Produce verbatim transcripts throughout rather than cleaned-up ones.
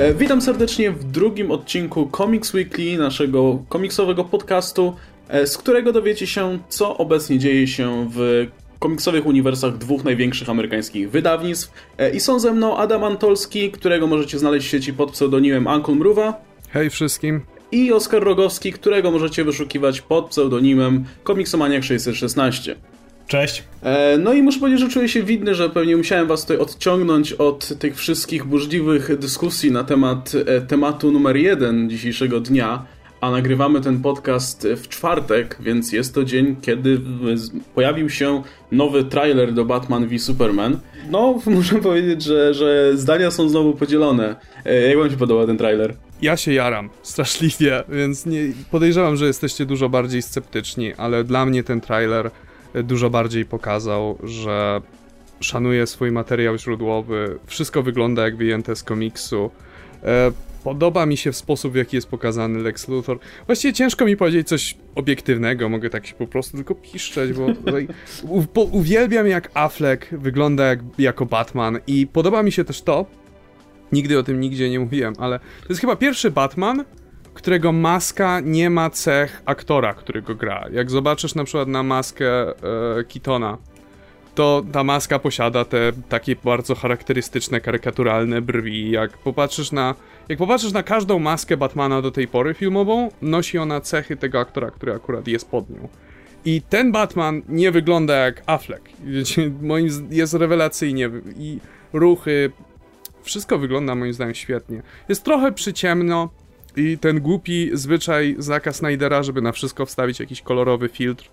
Witam serdecznie w drugim odcinku Comics Weekly, naszego komiksowego podcastu, z którego dowiecie się, co obecnie dzieje się w komiksowych uniwersach dwóch największych amerykańskich wydawnictw. I są ze mną Adam Antolski, którego możecie znaleźć w sieci pod pseudonimem Uncle Mruwa. Hej wszystkim. I Oskar Rogowski, którego możecie wyszukiwać pod pseudonimem Komiksomaniak sześćset szesnaście. Cześć. No i muszę powiedzieć, że czuję się winny, że pewnie musiałem was tutaj odciągnąć od tych wszystkich burzliwych dyskusji na temat tematu numer jeden dzisiejszego dnia, a nagrywamy ten podcast w czwartek, więc jest to dzień, kiedy pojawił się nowy trailer do Batman v Superman. No, muszę powiedzieć, że, że zdania są znowu podzielone. Jak wam się podobał ten trailer? Ja się jaram straszliwie, więc nie, podejrzewam, że jesteście dużo bardziej sceptyczni, ale dla mnie ten trailer dużo bardziej pokazał, że szanuje swój materiał źródłowy, wszystko wygląda jak wyjęte z komiksu. E, podoba mi się w sposób, w jaki jest pokazany Lex Luthor. Właściwie ciężko mi powiedzieć coś obiektywnego, mogę tak się po prostu tylko piszczeć, bo tutaj u, po, uwielbiam jak Affleck wygląda jak, jako Batman i podoba mi się też to, nigdy o tym nigdzie nie mówiłem, ale to jest chyba pierwszy Batman, którego maska nie ma cech aktora, który go gra. Jak zobaczysz na przykład na maskę e, Keatona, to ta maska posiada te takie bardzo charakterystyczne, karykaturalne brwi. Jak popatrzysz na, jak popatrzysz na każdą maskę Batmana do tej pory filmową, nosi ona cechy tego aktora, który akurat jest pod nią. I ten Batman nie wygląda jak Affleck. Moim zdaniem jest rewelacyjnie i ruchy, wszystko wygląda moim zdaniem świetnie. Jest trochę przyciemno, i ten głupi zwyczaj Zacka Snydera, żeby na wszystko wstawić jakiś kolorowy filtr,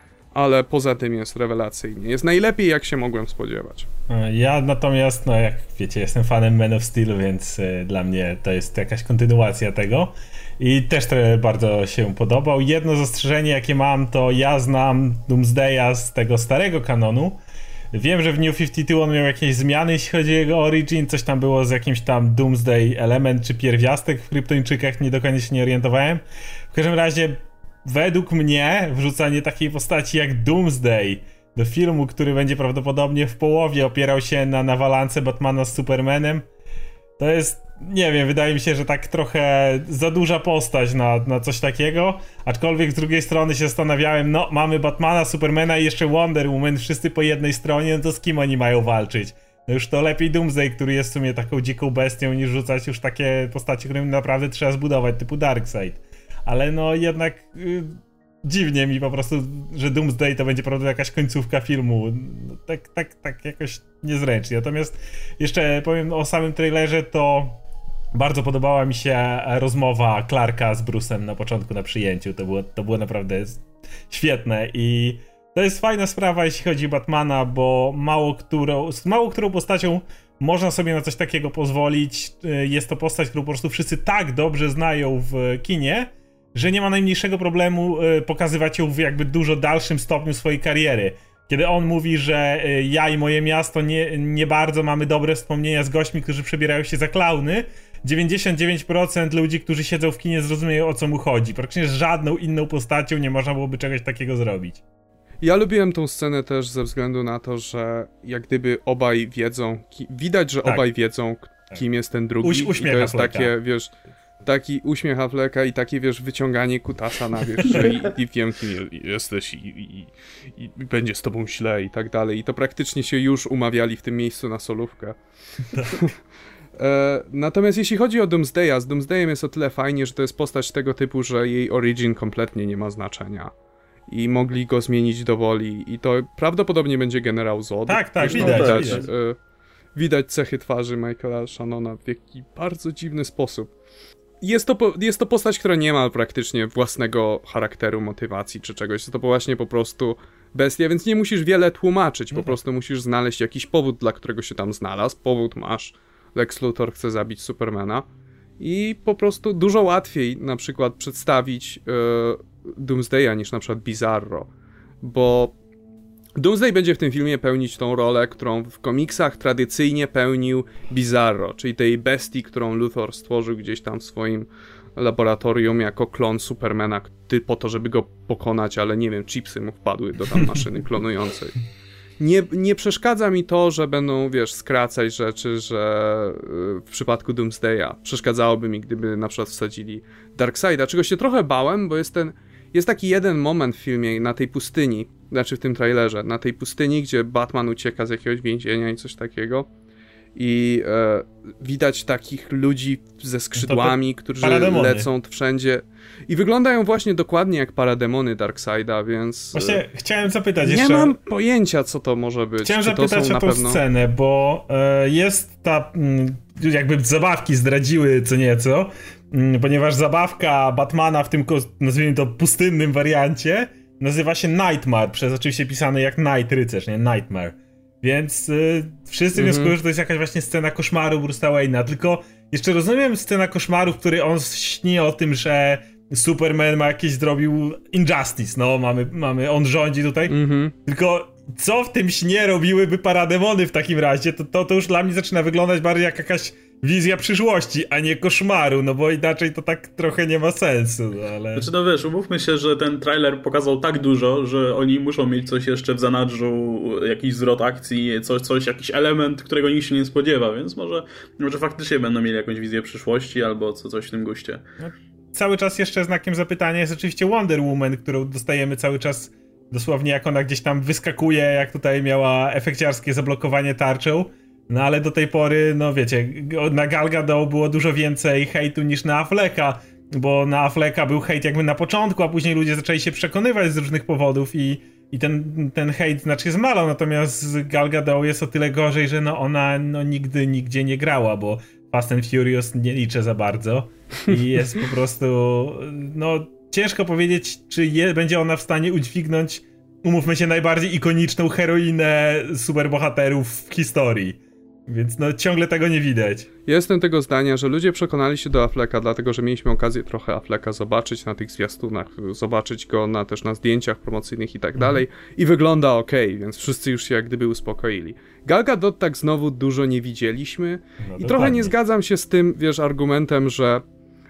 ale poza tym jest rewelacyjnie. Jest najlepiej, jak się mogłem spodziewać. Ja natomiast, no jak wiecie, jestem fanem Man of Steel, więc y, dla mnie to jest jakaś kontynuacja tego. I też to bardzo się podobał. Jedno zastrzeżenie, jakie mam, to ja znam Doomsdaya z tego starego kanonu. Wiem, że w New pięćdziesiąt dwa on miał jakieś zmiany, jeśli chodzi o jego origin, coś tam było z jakimś tam Doomsday element czy pierwiastek w Kryptończykach, nie do końca się nie orientowałem. W każdym razie, według mnie, wrzucanie takiej postaci jak Doomsday do filmu, który będzie prawdopodobnie w połowie opierał się na nawalance Batmana z Supermanem, to jest, nie wiem, wydaje mi się, że tak trochę za duża postać na, na coś takiego, aczkolwiek z drugiej strony się zastanawiałem, no mamy Batmana, Supermana i jeszcze Wonder Woman, wszyscy po jednej stronie, no to z kim oni mają walczyć? No już to lepiej Doomsday, który jest w sumie taką dziką bestią, niż rzucać już takie postacie, którym naprawdę trzeba zbudować, typu Darkseid. Ale no jednak yy, dziwnie mi po prostu, że Doomsday to będzie prawda jakaś końcówka filmu. No, tak, tak, tak jakoś niezręcznie. Natomiast jeszcze powiem o samym trailerze, to bardzo podobała mi się rozmowa Clarka z Bruce'em na początku na przyjęciu. To było, to było naprawdę świetne i to jest fajna sprawa, jeśli chodzi o Batmana, bo mało którą, z mało którą postacią można sobie na coś takiego pozwolić. Jest to postać, którą po prostu wszyscy tak dobrze znają w kinie, że nie ma najmniejszego problemu pokazywać ją w jakby dużo dalszym stopniu swojej kariery. Kiedy on mówi, że ja i moje miasto nie, nie bardzo mamy dobre wspomnienia z gośćmi, którzy przebierają się za klauny, dziewięćdziesiąt dziewięć procent ludzi, którzy siedzą w kinie, zrozumieją, o co mu chodzi. Praktycznie z żadną inną postacią nie można byłoby czegoś takiego zrobić. Ja lubiłem tą scenę też ze względu na to, że jak gdyby obaj wiedzą, ki- widać, że tak. obaj wiedzą, kim tak. jest ten drugi. Uś- uśmiech I to jest Afflecka. takie, wiesz, taki uśmiech Afflecka i takie, wiesz, wyciąganie kutasa na wierzch, i, i wiem, kim jesteś i, i, i, i będzie z tobą źle i tak dalej. I to praktycznie się już umawiali w tym miejscu na solówkę. Tak. e, natomiast jeśli chodzi o Doomsdaya, z Doomsdayem jest o tyle fajnie, że to jest postać tego typu, że jej origin kompletnie nie ma znaczenia. I mogli go zmienić do woli. I to prawdopodobnie będzie generał Zod. Tak, tak, widać. Widać, widać. e, widać cechy twarzy Michaela Shannona w jakiś bardzo dziwny sposób. Jest to, po, jest to postać, która nie ma praktycznie własnego charakteru, motywacji czy czegoś. Jest to właśnie po prostu bestia, więc nie musisz wiele tłumaczyć. Po prostu musisz znaleźć jakiś powód, dla którego się tam znalazł. Powód masz. Lex Luthor chce zabić Supermana. I po prostu dużo łatwiej na przykład przedstawić yy, Doomsdaya niż na przykład Bizarro. Bo Doomsday będzie w tym filmie pełnić tą rolę, którą w komiksach tradycyjnie pełnił Bizarro, czyli tej bestii, którą Luthor stworzył gdzieś tam w swoim laboratorium jako klon Supermana, po to, żeby go pokonać, ale nie wiem, chipsy mu wpadły do tam maszyny klonującej. nie, nie przeszkadza mi to, że będą, wiesz, skracać rzeczy, że w przypadku Doomsdaya przeszkadzałoby mi, gdyby na przykład wsadzili Darkseida, czego się trochę bałem, bo jest ten, jest taki jeden moment w filmie na tej pustyni, znaczy w tym trailerze, na tej pustyni, gdzie Batman ucieka z jakiegoś więzienia i coś takiego. I e, widać takich ludzi ze skrzydłami, którzy parademony. Lecą wszędzie i wyglądają właśnie dokładnie jak parademony Darkseida, więc... Właśnie e, chciałem zapytać nie jeszcze... Nie mam pojęcia, co to może być. Chciałem Czy zapytać to są o tą na pewno... scenę, bo e, jest ta... M, jakby zabawki zdradziły co nieco, m, ponieważ zabawka Batmana w tym, nazwijmy to, pustynnym wariancie nazywa się Nightmare, przez oczywiście pisane jak Night Rycerz, nie? Nightmare. Więc y, wszyscy mm-hmm. wnioskują, że to jest jakaś właśnie scena koszmaru Bruce'a Wayne'a, tylko jeszcze rozumiem scena koszmaru, w której on śni o tym, że Superman ma jakieś zrobił injustice, no mamy, mamy on rządzi tutaj, mm-hmm. tylko co w tym śnie robiłyby parademony w takim razie, to, to, to już dla mnie zaczyna wyglądać bardziej jak jakaś wizja przyszłości, a nie koszmaru, no bo inaczej to tak trochę nie ma sensu, no ale... Znaczy no wiesz, umówmy się, że ten trailer pokazał tak dużo, że oni muszą mieć coś jeszcze w zanadrzu, jakiś zwrot akcji, coś, coś jakiś element, którego nikt się nie spodziewa, więc może, może faktycznie będą mieli jakąś wizję przyszłości albo co, coś w tym guście. No, cały czas jeszcze znakiem zapytania jest oczywiście Wonder Woman, którą dostajemy cały czas dosłownie jak ona gdzieś tam wyskakuje, jak tutaj miała efekciarskie zablokowanie tarczą. No ale do tej pory, no wiecie, na Gal Gadot było dużo więcej hejtu niż na Afflecka, bo na Afflecka był hejt jakby na początku, a później ludzie zaczęli się przekonywać z różnych powodów i, i ten, ten hejt znacznie zmalał, natomiast z Gal Gadot jest o tyle gorzej, że no ona no nigdy nigdzie nie grała, bo Fast and Furious nie liczę za bardzo i jest po prostu, no ciężko powiedzieć, czy je, będzie ona w stanie udźwignąć, umówmy się, najbardziej ikoniczną heroinę superbohaterów w historii. Więc no ciągle tego nie widać. Ja jestem tego zdania, że ludzie przekonali się do Afflecka, dlatego że mieliśmy okazję trochę Afflecka zobaczyć na tych zwiastunach, zobaczyć go na, też na zdjęciach promocyjnych i tak dalej i wygląda okej, więc wszyscy już się jak gdyby uspokoili. Gal Gadot tak znowu dużo nie widzieliśmy no, i trochę nie zgadzam się z tym, wiesz, argumentem, że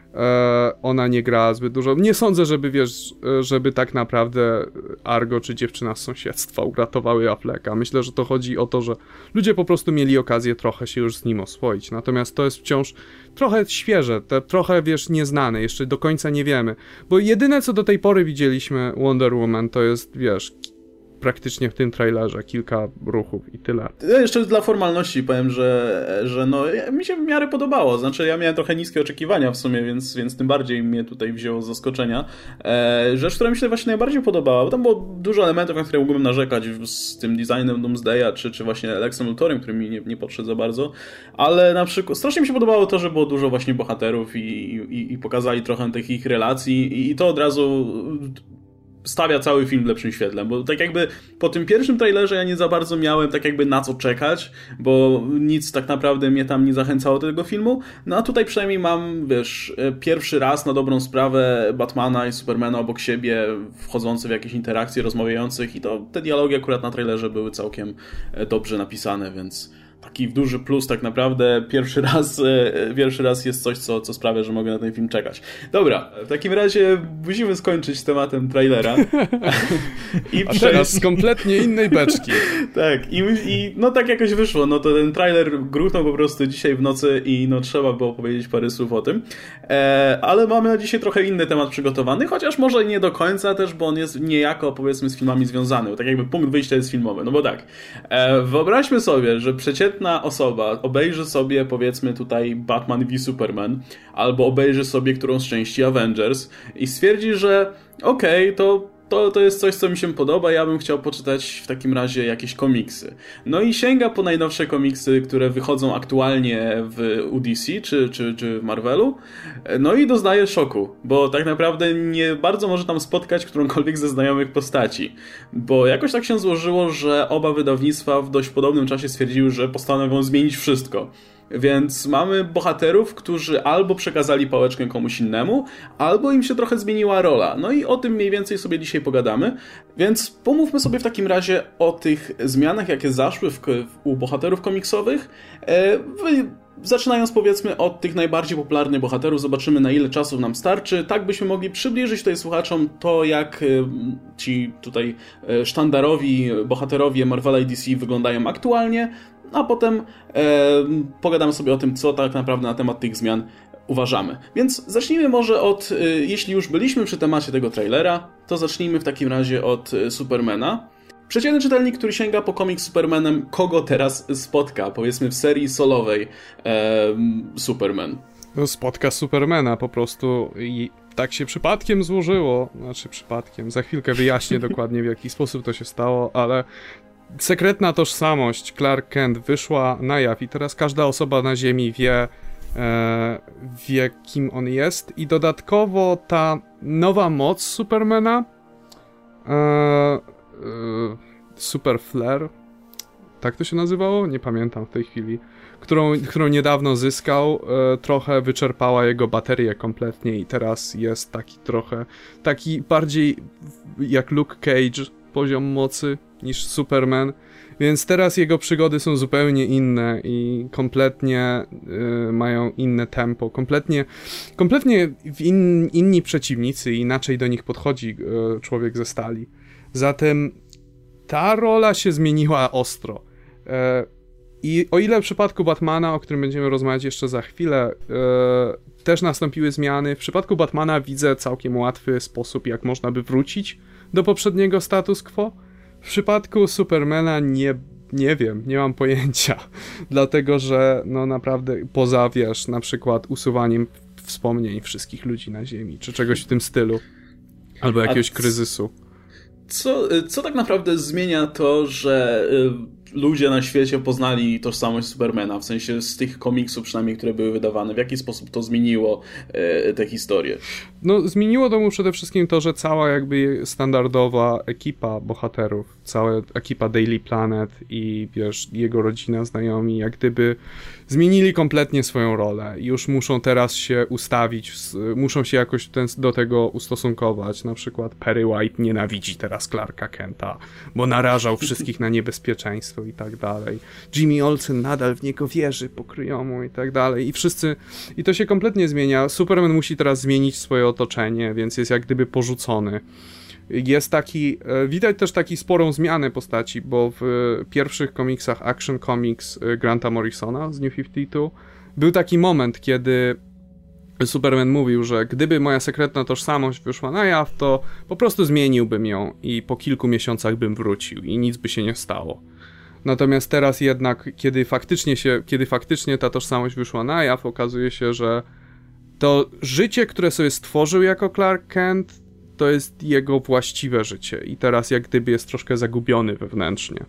e, ona nie gra zbyt dużo. Nie sądzę, żeby, wiesz, żeby tak naprawdę Argo czy dziewczyna z sąsiedztwa uratowały Afflecka. Myślę, że to chodzi o to, że ludzie po prostu mieli okazję trochę się już z nim oswoić. Natomiast to jest wciąż trochę świeże, te, trochę, wiesz, nieznane. Jeszcze do końca nie wiemy. Bo jedyne, co do tej pory widzieliśmy Wonder Woman, to jest, wiesz, praktycznie w tym trailerze kilka ruchów i tyle. Ja jeszcze dla formalności powiem, że, że no, mi się w miarę podobało. Znaczy ja miałem trochę niskie oczekiwania w sumie, więc, więc tym bardziej mnie tutaj wzięło z zaskoczenia. E, rzecz, która mi się właśnie najbardziej podobała, bo tam było dużo elementów, na które mógłbym narzekać z tym designem Doomsdaya, czy, czy właśnie Lexem Luthorem, który mi nie, nie podszedł za bardzo, ale na przykład strasznie mi się podobało to, że było dużo właśnie bohaterów i, i, i pokazali trochę tych ich relacji i, i to od razu stawia cały film w lepszym świetle, bo tak jakby po tym pierwszym trailerze ja nie za bardzo miałem tak jakby na co czekać, bo nic tak naprawdę mnie tam nie zachęcało do tego filmu, no a tutaj przynajmniej mam, wiesz, pierwszy raz na dobrą sprawę Batmana i Supermana obok siebie, wchodzący w jakieś interakcje, rozmawiających i to te dialogi akurat na trailerze były całkiem dobrze napisane, więc taki duży plus tak naprawdę. Pierwszy raz, pierwszy raz jest coś, co, co sprawia, że mogę na ten film czekać. Dobra, w takim razie musimy skończyć tematem trailera. I A teraz z kompletnie innej beczki. Tak, i, i no tak jakoś wyszło. No to ten trailer gruchnął po prostu dzisiaj w nocy i no trzeba było powiedzieć parę słów o tym. E, ale mamy na dzisiaj trochę inny temat przygotowany, chociaż może nie do końca też, bo on jest niejako, powiedzmy, z filmami związany. Tak jakby punkt wyjścia jest filmowy. No bo tak, e, wyobraźmy sobie, że przeciętnie osoba obejrzy sobie, powiedzmy tutaj Batman v Superman, albo obejrzy sobie którąś z części Avengers i stwierdzi, że okej, okay, to To, to jest coś, co mi się podoba, ja bym chciał poczytać w takim razie jakieś komiksy. No i sięga po najnowsze komiksy, które wychodzą aktualnie w U D C czy, czy, czy w Marvelu, no i doznaje szoku, bo tak naprawdę nie bardzo może tam spotkać którąkolwiek ze znajomych postaci, bo jakoś tak się złożyło, że oba wydawnictwa w dość podobnym czasie stwierdziły, że postanowią zmienić wszystko. Więc mamy bohaterów, którzy albo przekazali pałeczkę komuś innemu, albo im się trochę zmieniła rola. No i o tym mniej więcej sobie dzisiaj pogadamy. Więc pomówmy sobie w takim razie o tych zmianach, jakie zaszły w, u bohaterów komiksowych. W Zaczynając powiedzmy od tych najbardziej popularnych bohaterów, zobaczymy na ile czasu nam starczy, tak byśmy mogli przybliżyć tutaj słuchaczom to, jak ci tutaj sztandarowi bohaterowie Marvela i D C wyglądają aktualnie, a potem e, pogadamy sobie o tym, co tak naprawdę na temat tych zmian uważamy. Więc zacznijmy może od, e, jeśli już byliśmy przy temacie tego trailera, to zacznijmy w takim razie od e, Supermana. Przeciętny czytelnik, który sięga po komiks z Supermanem, kogo teraz spotka, powiedzmy w serii solowej e, Superman? No, spotka Supermana po prostu i tak się przypadkiem złożyło, znaczy przypadkiem, za chwilkę wyjaśnię dokładnie w jaki sposób to się stało, ale sekretna tożsamość Clark Kent wyszła na jaw i teraz każda osoba na Ziemi wie, e, wie kim on jest i dodatkowo ta nowa moc Supermana e, e, Super Flare, tak to się nazywało? Nie pamiętam w tej chwili. Którą, którą niedawno zyskał, e, trochę wyczerpała jego baterię kompletnie i teraz jest taki trochę, taki bardziej jak Luke Cage poziom mocy niż Superman, więc teraz jego przygody są zupełnie inne i kompletnie y, mają inne tempo, kompletnie, kompletnie in, inni przeciwnicy i inaczej do nich podchodzi y, człowiek ze stali. Zatem ta rola się zmieniła ostro. Y, I o ile w przypadku Batmana, o którym będziemy rozmawiać jeszcze za chwilę, y, też nastąpiły zmiany, w przypadku Batmana widzę całkiem łatwy sposób, jak można by wrócić do poprzedniego status quo. W przypadku Supermana nie, nie wiem, nie mam pojęcia, dlatego że no naprawdę poza, wiesz, na przykład usuwaniem wspomnień wszystkich ludzi na Ziemi, czy czegoś w tym stylu, albo jakiegoś c- kryzysu. Co, co tak naprawdę zmienia to, że y, ludzie na świecie poznali tożsamość Supermana, w sensie z tych komiksów przynajmniej, które były wydawane, w jaki sposób to zmieniło y, tę historię? No, zmieniło to mu przede wszystkim to, że cała jakby standardowa ekipa bohaterów, cała ekipa Daily Planet i wiesz, jego rodzina, znajomi, jak gdyby zmienili kompletnie swoją rolę. Już muszą teraz się ustawić, muszą się jakoś ten, do tego ustosunkować. Na przykład Perry White nienawidzi teraz Clarka Kenta, bo narażał wszystkich na niebezpieczeństwo i tak dalej. Jimmy Olsen nadal w niego wierzy po kryjomu i tak dalej. I wszyscy... I to się kompletnie zmienia. Superman musi teraz zmienić swoje otoczenie, więc jest jak gdyby porzucony. Jest taki... Widać też taki sporą zmianę postaci, bo w pierwszych komiksach Action Comics Granta Morrisona z New pięćdziesiąt dwa był taki moment, kiedy Superman mówił, że gdyby moja sekretna tożsamość wyszła na jaw, to po prostu zmieniłbym ją i po kilku miesiącach bym wrócił i nic by się nie stało. Natomiast teraz jednak, kiedy faktycznie się, kiedy faktycznie ta tożsamość wyszła na jaw, okazuje się, że to życie, które sobie stworzył jako Clark Kent, to jest jego właściwe życie i teraz jak gdyby jest troszkę zagubiony wewnętrznie.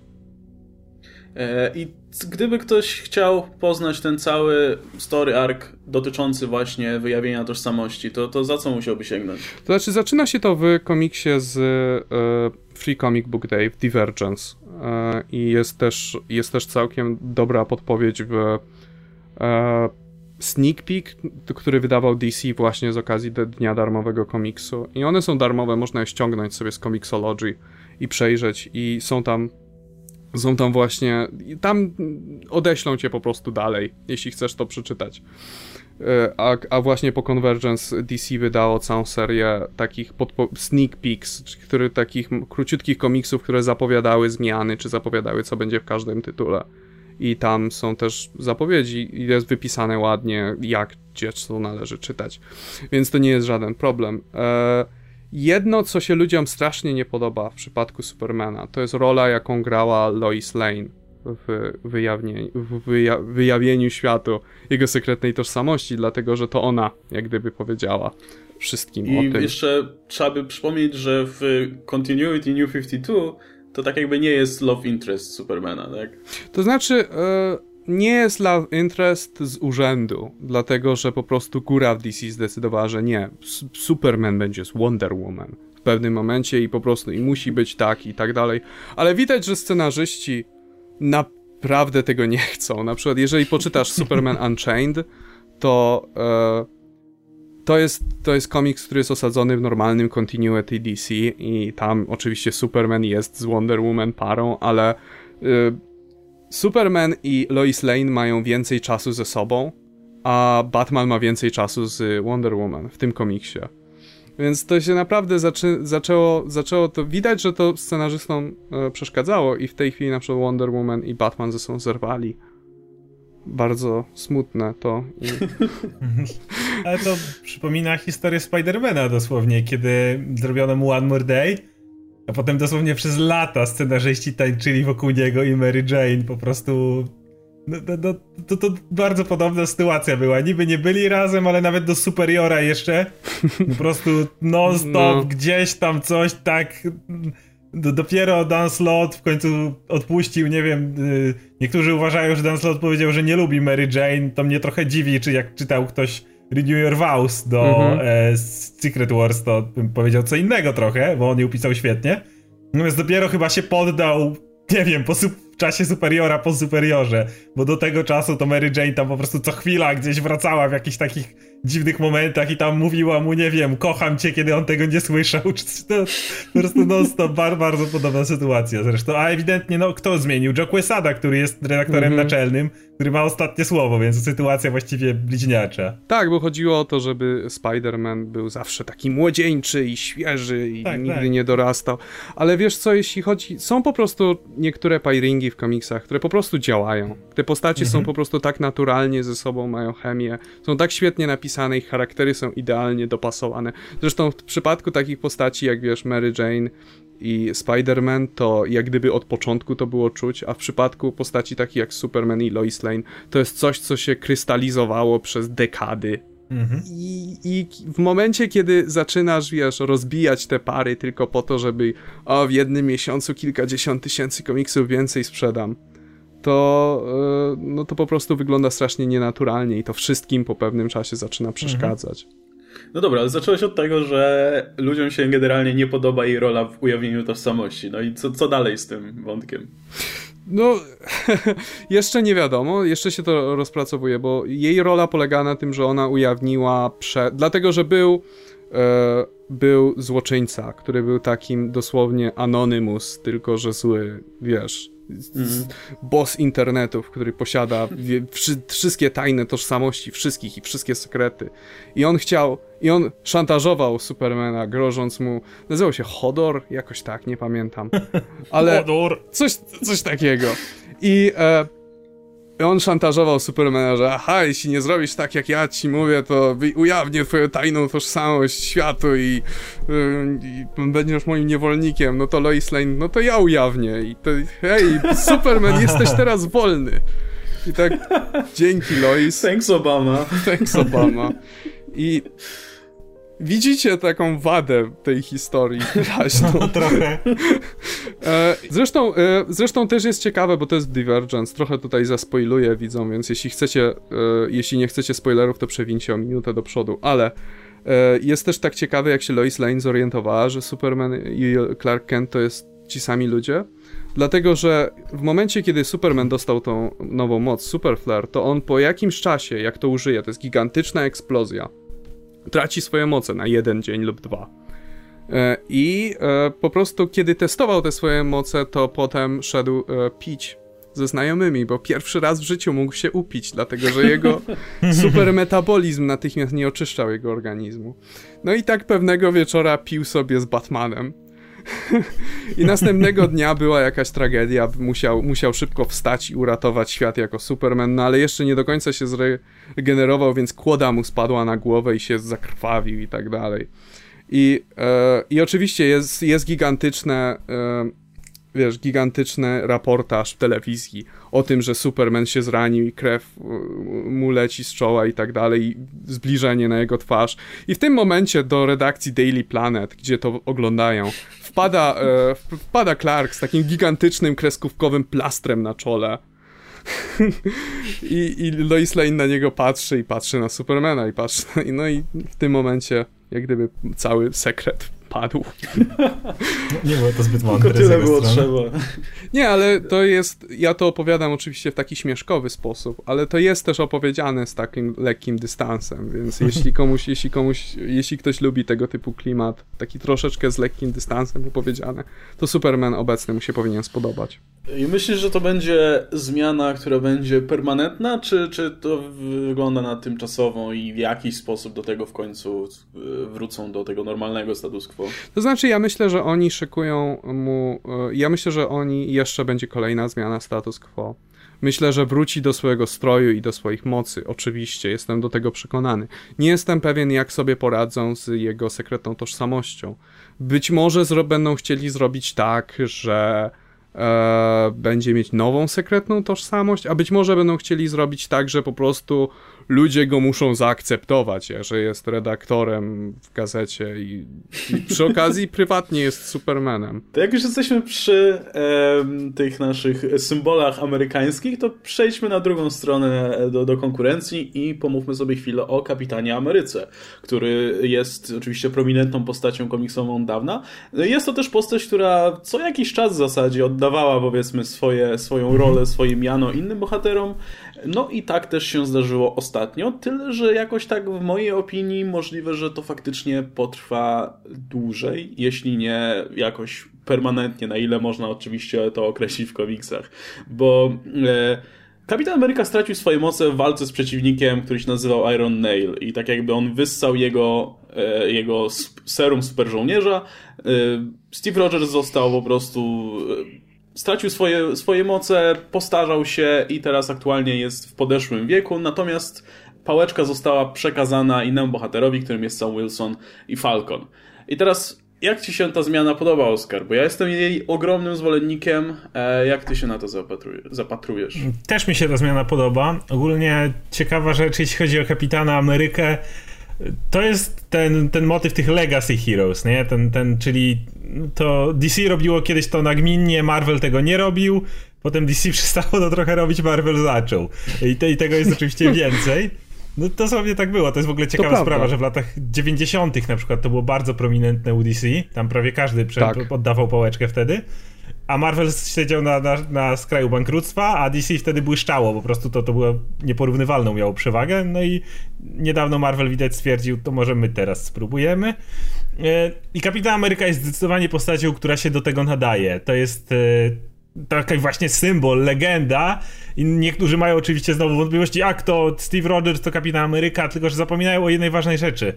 I gdyby ktoś chciał poznać ten cały story arc dotyczący właśnie wyjawienia tożsamości, to, to za co musiałby sięgnąć? To znaczy zaczyna się to w komiksie z e, Free Comic Book Day, w Divergence e, i jest też, jest też całkiem dobra podpowiedź w e, Sneak Peek, który wydawał D C właśnie z okazji dnia darmowego komiksu i one są darmowe, można je ściągnąć sobie z Comixology i przejrzeć i są tam Są tam właśnie, tam odeślą cię po prostu dalej, jeśli chcesz to przeczytać. A, a właśnie po Convergence D C wydało całą serię takich podpo- sneak peeks, który, takich króciutkich komiksów, które zapowiadały zmiany, czy zapowiadały, co będzie w każdym tytule. I tam są też zapowiedzi i jest wypisane ładnie, jak, gdzie, co należy czytać. Więc to nie jest żaden problem. E- Jedno, co się ludziom strasznie nie podoba w przypadku Supermana, to jest rola, jaką grała Lois Lane w, wyjawnieniu, w wyja- wyjawieniu światu jego sekretnej tożsamości, dlatego, że to ona, jak gdyby powiedziała wszystkim I o tym. I jeszcze trzeba by przypomnieć, że w Continuity New pięćdziesiąt dwa to tak jakby nie jest love interest Supermana, tak? To znaczy... Y- Nie jest love interest z urzędu, dlatego że po prostu góra w D C zdecydowała, że nie, Superman będzie z Wonder Woman w pewnym momencie i po prostu i musi być tak i tak dalej, ale widać, że scenarzyści naprawdę tego nie chcą. Na przykład jeżeli poczytasz Superman Unchained, to e, to jest, to jest komiks, który jest osadzony w normalnym continuity D C i tam oczywiście Superman jest z Wonder Woman parą, ale e, Superman i Lois Lane mają więcej czasu ze sobą, a Batman ma więcej czasu z Wonder Woman w tym komiksie. Więc to się naprawdę zaczę- zaczęło, zaczęło to... Widać, że to scenarzystom e, przeszkadzało i w tej chwili na przykład Wonder Woman i Batman ze sobą zerwali. Bardzo smutne to. I... Ale to przypomina historię Spidermana dosłownie, kiedy zrobiono mu One More Day, a potem dosłownie przez lata scenarzyści tańczyli wokół niego i Mary Jane po prostu... No, no, no, to, to bardzo podobna sytuacja była. Niby nie byli razem, ale nawet do Superiora jeszcze po prostu non-stop no. Gdzieś tam coś tak... Do, dopiero Dan Slott w końcu odpuścił, nie wiem, yy, niektórzy uważają, że Dan Slott powiedział, że nie lubi Mary Jane, to mnie trochę dziwi, czy jak czytał ktoś Renew Your Vows do mm-hmm. e, Secret Wars, to bym powiedział co innego trochę, bo on ją pisał świetnie. Natomiast dopiero chyba się poddał, nie wiem, po su- w czasie Superiora, po Superiorze, bo do tego czasu to Mary Jane tam po prostu co chwila gdzieś wracała w jakichś takich dziwnych momentach i tam mówiła mu, nie wiem, kocham cię, kiedy on tego nie słyszał, czy to po prostu no, to bardzo, bardzo podobna sytuacja zresztą, a ewidentnie, no, kto zmienił? Joe Quesada, który jest redaktorem mm-hmm. naczelnym, który ma ostatnie słowo, więc sytuacja właściwie bliźniacza. Tak, bo chodziło o to, żeby Spider-Man był zawsze taki młodzieńczy i świeży i tak, nigdy tak. nie dorastał, ale wiesz co, jeśli chodzi, są po prostu niektóre pairingi w komiksach, które po prostu działają. Te postacie mm-hmm. są po prostu tak naturalnie ze sobą, mają chemię, są tak świetnie napisane, ich charaktery są idealnie dopasowane. Zresztą w przypadku takich postaci jak wiesz Mary Jane i Spider-Man, to jak gdyby od początku to było czuć, a w przypadku postaci takich jak Superman i Lois Lane to jest coś, co się krystalizowało przez dekady. Mhm. I, I w momencie, kiedy zaczynasz, wiesz, rozbijać te pary tylko po to, żeby o, w jednym miesiącu kilkadziesiąt tysięcy komiksów więcej sprzedam, to, no to po prostu wygląda strasznie nienaturalnie i to wszystkim po pewnym czasie zaczyna przeszkadzać. No dobra, ale zacząłeś od tego, że ludziom się generalnie nie podoba jej rola w ujawnieniu tożsamości. No i co, co dalej z tym wątkiem? No, jeszcze nie wiadomo, jeszcze się to rozpracowuje, bo jej rola polega na tym, że ona ujawniła, prze... dlatego że był e, był złoczyńca, który był takim dosłownie Anonymous, tylko że zły, wiesz... Mm. Boss internetów, który posiada wie, wszy, wszystkie tajne tożsamości wszystkich i wszystkie sekrety. I on chciał, i on szantażował Supermana, grożąc mu, nazywał się Hodor, jakoś tak, nie pamiętam. Ale Hodor. Coś, coś takiego. I e, on szantażował Supermana, że aha, jeśli nie zrobisz tak, jak ja ci mówię, to ujawnię twoją tajną tożsamość światu i, yy, i będziesz moim niewolnikiem. No to Lois Lane, no to ja ujawnię. I to, hej, Superman, jesteś teraz wolny. I tak, dzięki Lois. Thanks Obama. Thanks Obama. I widzicie taką wadę tej historii wyraźną. No, trochę. Zresztą, zresztą też jest ciekawe, bo to jest Divergence. Trochę tutaj zaspoiluję widzom, więc jeśli chcecie, jeśli nie chcecie spoilerów, to przewincie o minutę do przodu. Ale jest też tak ciekawe, jak się Lois Lane zorientowała, że Superman i Clark Kent to jest ci sami ludzie. Dlatego, że w momencie, kiedy Superman dostał tą nową moc, Super Flare, to on po jakimś czasie, jak to użyje, to jest gigantyczna eksplozja, traci swoje moce na jeden dzień lub dwa. I po prostu, kiedy testował te swoje moce, to potem szedł pić ze znajomymi, bo pierwszy raz w życiu mógł się upić, dlatego że jego supermetabolizm natychmiast nie oczyszczał jego organizmu. No i tak pewnego wieczora pił sobie z Batmanem. I następnego dnia była jakaś tragedia, musiał, musiał szybko wstać i uratować świat jako Superman, no ale jeszcze nie do końca się zregenerował, więc kłoda mu spadła na głowę i się zakrwawił i tak dalej. I, e, i oczywiście jest, jest gigantyczne, e, wiesz, gigantyczny raportaż w telewizji o tym, że Superman się zranił i krew mu leci z czoła i tak dalej, i zbliżenie na jego twarz. I w tym momencie do redakcji Daily Planet, gdzie to oglądają, wpada, e, wpada Clark z takim gigantycznym kreskówkowym plastrem na czole. I, I Lois Lane na niego patrzy i patrzy na Supermana i patrzy na, no i w tym momencie jak gdyby cały sekret padł. Nie było to zbyt mądre. Tylko tyle było trzeba. Nie, ale to jest, ja to opowiadam oczywiście w taki śmieszkowy sposób, ale to jest też opowiedziane z takim lekkim dystansem, więc jeśli komuś, jeśli komuś, jeśli ktoś lubi tego typu klimat, taki troszeczkę z lekkim dystansem opowiedziane, to Superman obecny mu się powinien spodobać. I myślisz, że to będzie zmiana, która będzie permanentna, czy, czy to wygląda na tymczasową i w jakiś sposób do tego w końcu wrócą do tego normalnego status quo? To znaczy, ja myślę, że oni szykują mu... Ja myślę, że oni jeszcze będzie kolejna zmiana status quo. Myślę, że wróci do swojego stroju i do swoich mocy. Oczywiście, jestem do tego przekonany. Nie jestem pewien, jak sobie poradzą z jego sekretną tożsamością. Być może zro- będą chcieli zrobić tak, że e, będzie mieć nową sekretną tożsamość, a być może będą chcieli zrobić tak, że po prostu ludzie go muszą zaakceptować, że jest redaktorem w gazecie i, i przy okazji prywatnie jest Supermanem. To jak już jesteśmy przy e, tych naszych symbolach amerykańskich, to przejdźmy na drugą stronę do, do konkurencji i pomówmy sobie chwilę o Kapitanie Ameryce, który jest oczywiście prominentną postacią komiksową od dawna. Jest to też postać, która co jakiś czas w zasadzie oddawała, powiedzmy, swoje, swoją rolę, swoje miano innym bohaterom. No i tak też się zdarzyło ostatnio, tyle że jakoś tak w mojej opinii możliwe, że to faktycznie potrwa dłużej, jeśli nie jakoś permanentnie, na ile można oczywiście to określić w komiksach, bo e, Kapitan Ameryka stracił swoje moce w walce z przeciwnikiem, który się nazywał Iron Nail i tak jakby on wyssał jego, e, jego serum super żołnierza. E, Steve Rogers został po prostu... E, stracił swoje, swoje moce, postarzał się i teraz aktualnie jest w podeszłym wieku, natomiast pałeczka została przekazana innemu bohaterowi, którym jest Sam Wilson i Falcon. I teraz, jak ci się ta zmiana podoba, Oskar? Bo ja jestem jej ogromnym zwolennikiem. E, jak ty się na to zapatrujesz? zapatrujesz? Też mi się ta zmiana podoba. Ogólnie ciekawa rzecz, jeśli chodzi o Kapitana Amerykę, to jest ten, ten motyw tych Legacy Heroes, nie? Ten, ten, czyli to D C robiło kiedyś to nagminnie, Marvel tego nie robił, potem D C przestało to trochę robić, Marvel zaczął. I, te, i tego jest oczywiście więcej. No to sobie tak było, to jest w ogóle ciekawa to sprawa, prawda. że w latach dziewięćdziesiątych na przykład to było bardzo prominentne u D C, tam prawie każdy prze- tak. oddawał pałeczkę wtedy. A Marvel siedział na, na, na skraju bankructwa, a D C wtedy błyszczało, po prostu to, to było nieporównywalną, miało przewagę, no i niedawno Marvel widać stwierdził, to może my teraz spróbujemy. I Kapitan Ameryka jest zdecydowanie postacią, która się do tego nadaje. To jest taki właśnie symbol, legenda i niektórzy mają oczywiście znowu wątpliwości, jak to Steve Rogers to Kapitan Ameryka, tylko że zapominają o jednej ważnej rzeczy.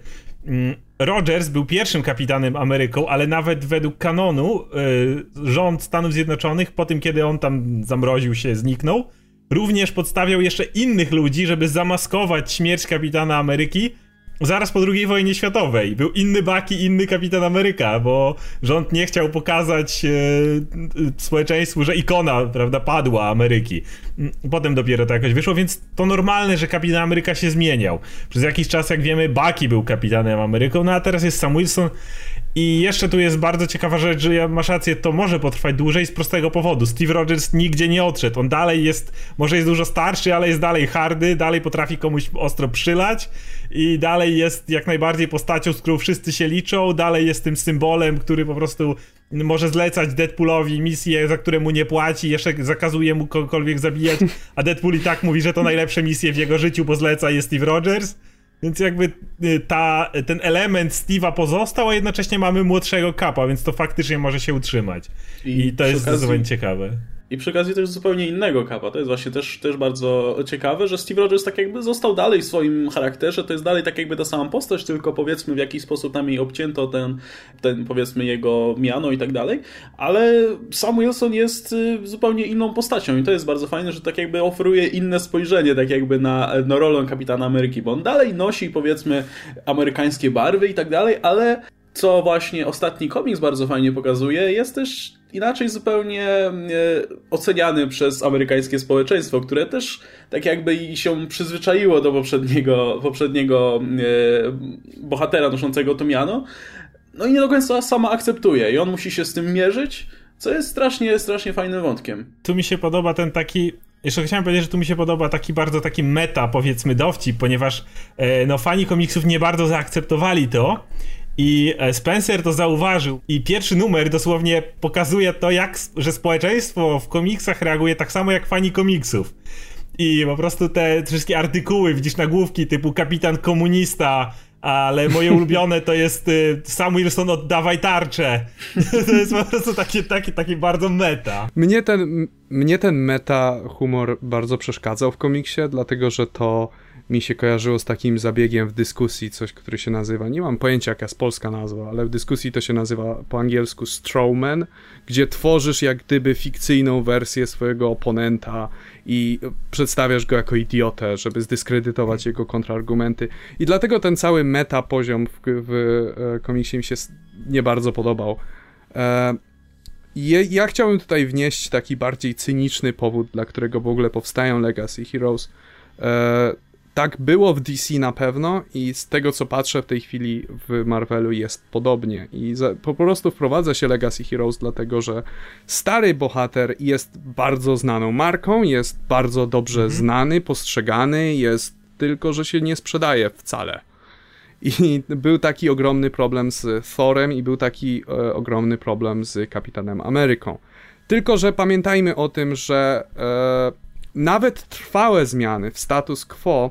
Rogers był pierwszym Kapitanem Ameryką, ale nawet według kanonu yy, rząd Stanów Zjednoczonych po tym, kiedy on tam zamroził się, zniknął, również podstawiał jeszcze innych ludzi, żeby zamaskować śmierć Kapitana Ameryki zaraz po drugiej wojnie światowej. Był inny Bucky, inny Kapitan Ameryka, bo rząd nie chciał pokazać e, społeczeństwu, że ikona, prawda, padła Ameryki. Potem dopiero to jakoś wyszło, więc to normalne, że Kapitan Ameryka się zmieniał. Przez jakiś czas, jak wiemy, Bucky był Kapitanem Ameryką, no a teraz jest Sam Wilson. I jeszcze tu jest bardzo ciekawa rzecz, że ja masz rację, to może potrwać dłużej z prostego powodu. Steve Rogers nigdzie nie odszedł. On dalej jest, może jest dużo starszy, ale jest dalej hardy, dalej potrafi komuś ostro przylać i dalej jest jak najbardziej postacią, z którą wszyscy się liczą, dalej jest tym symbolem, który po prostu może zlecać Deadpoolowi misje, za które mu nie płaci, jeszcze zakazuje mu kogokolwiek zabijać, a Deadpool i tak mówi, że to najlepsze misje w jego życiu, bo zleca je Steve Rogers. Więc jakby ta, ten element Steve'a pozostał, a jednocześnie mamy młodszego Kapa, więc to faktycznie może się utrzymać. I, I to jest zdecydowanie ciekawe. I przy okazji też zupełnie innego Kapa. To jest właśnie też, też bardzo ciekawe, że Steve Rogers tak jakby został dalej w swoim charakterze, to jest dalej tak jakby ta sama postać, tylko powiedzmy w jakiś sposób tam jej obcięto ten, ten powiedzmy jego miano i tak dalej, ale Sam Wilson jest zupełnie inną postacią i to jest bardzo fajne, że tak jakby oferuje inne spojrzenie tak jakby na, na rolę Kapitana Ameryki, bo on dalej nosi powiedzmy amerykańskie barwy i tak dalej, ale co właśnie ostatni komiks bardzo fajnie pokazuje, jest też inaczej zupełnie e, oceniany przez amerykańskie społeczeństwo, które też tak jakby się przyzwyczaiło do poprzedniego, poprzedniego e, bohatera noszącego to miano. No i nie do końca sama akceptuje i on musi się z tym mierzyć, co jest strasznie, strasznie fajnym wątkiem. Tu mi się podoba ten taki... Jeszcze chciałem powiedzieć, że tu mi się podoba taki bardzo taki meta, powiedzmy, dowcip, ponieważ e, no fani komiksów nie bardzo zaakceptowali to. I Spencer to zauważył i pierwszy numer dosłownie pokazuje to, jak, że społeczeństwo w komiksach reaguje tak samo jak fani komiksów. I po prostu te wszystkie artykuły, widzisz nagłówki typu kapitan komunista, ale moje ulubione to jest y, Sam Wilson, oddawaj tarczę. To jest po prostu takie, takie, takie bardzo meta. Mnie ten, mnie ten meta humor bardzo przeszkadzał w komiksie, dlatego że to mi się kojarzyło z takim zabiegiem w dyskusji, coś, który się nazywa, nie mam pojęcia jaka jest polska nazwa, ale w dyskusji to się nazywa po angielsku strawman, gdzie tworzysz jak gdyby fikcyjną wersję swojego oponenta i przedstawiasz go jako idiotę, żeby zdyskredytować jego kontrargumenty. I dlatego ten cały meta poziom w, w komiksie mi się nie bardzo podobał. E, je, ja chciałbym tutaj wnieść taki bardziej cyniczny powód, dla którego w ogóle powstają Legacy Heroes. E, Tak było w D C na pewno i z tego co patrzę w tej chwili w Marvelu jest podobnie i za, po prostu wprowadza się Legacy Heroes dlatego, że stary bohater jest bardzo znaną marką, jest bardzo dobrze mhm. znany, postrzegany, jest tylko, że się nie sprzedaje wcale. I był taki ogromny problem z Thorem i był taki e, ogromny problem z Kapitanem Ameryką. Tylko, że pamiętajmy o tym, że e, nawet trwałe zmiany w status quo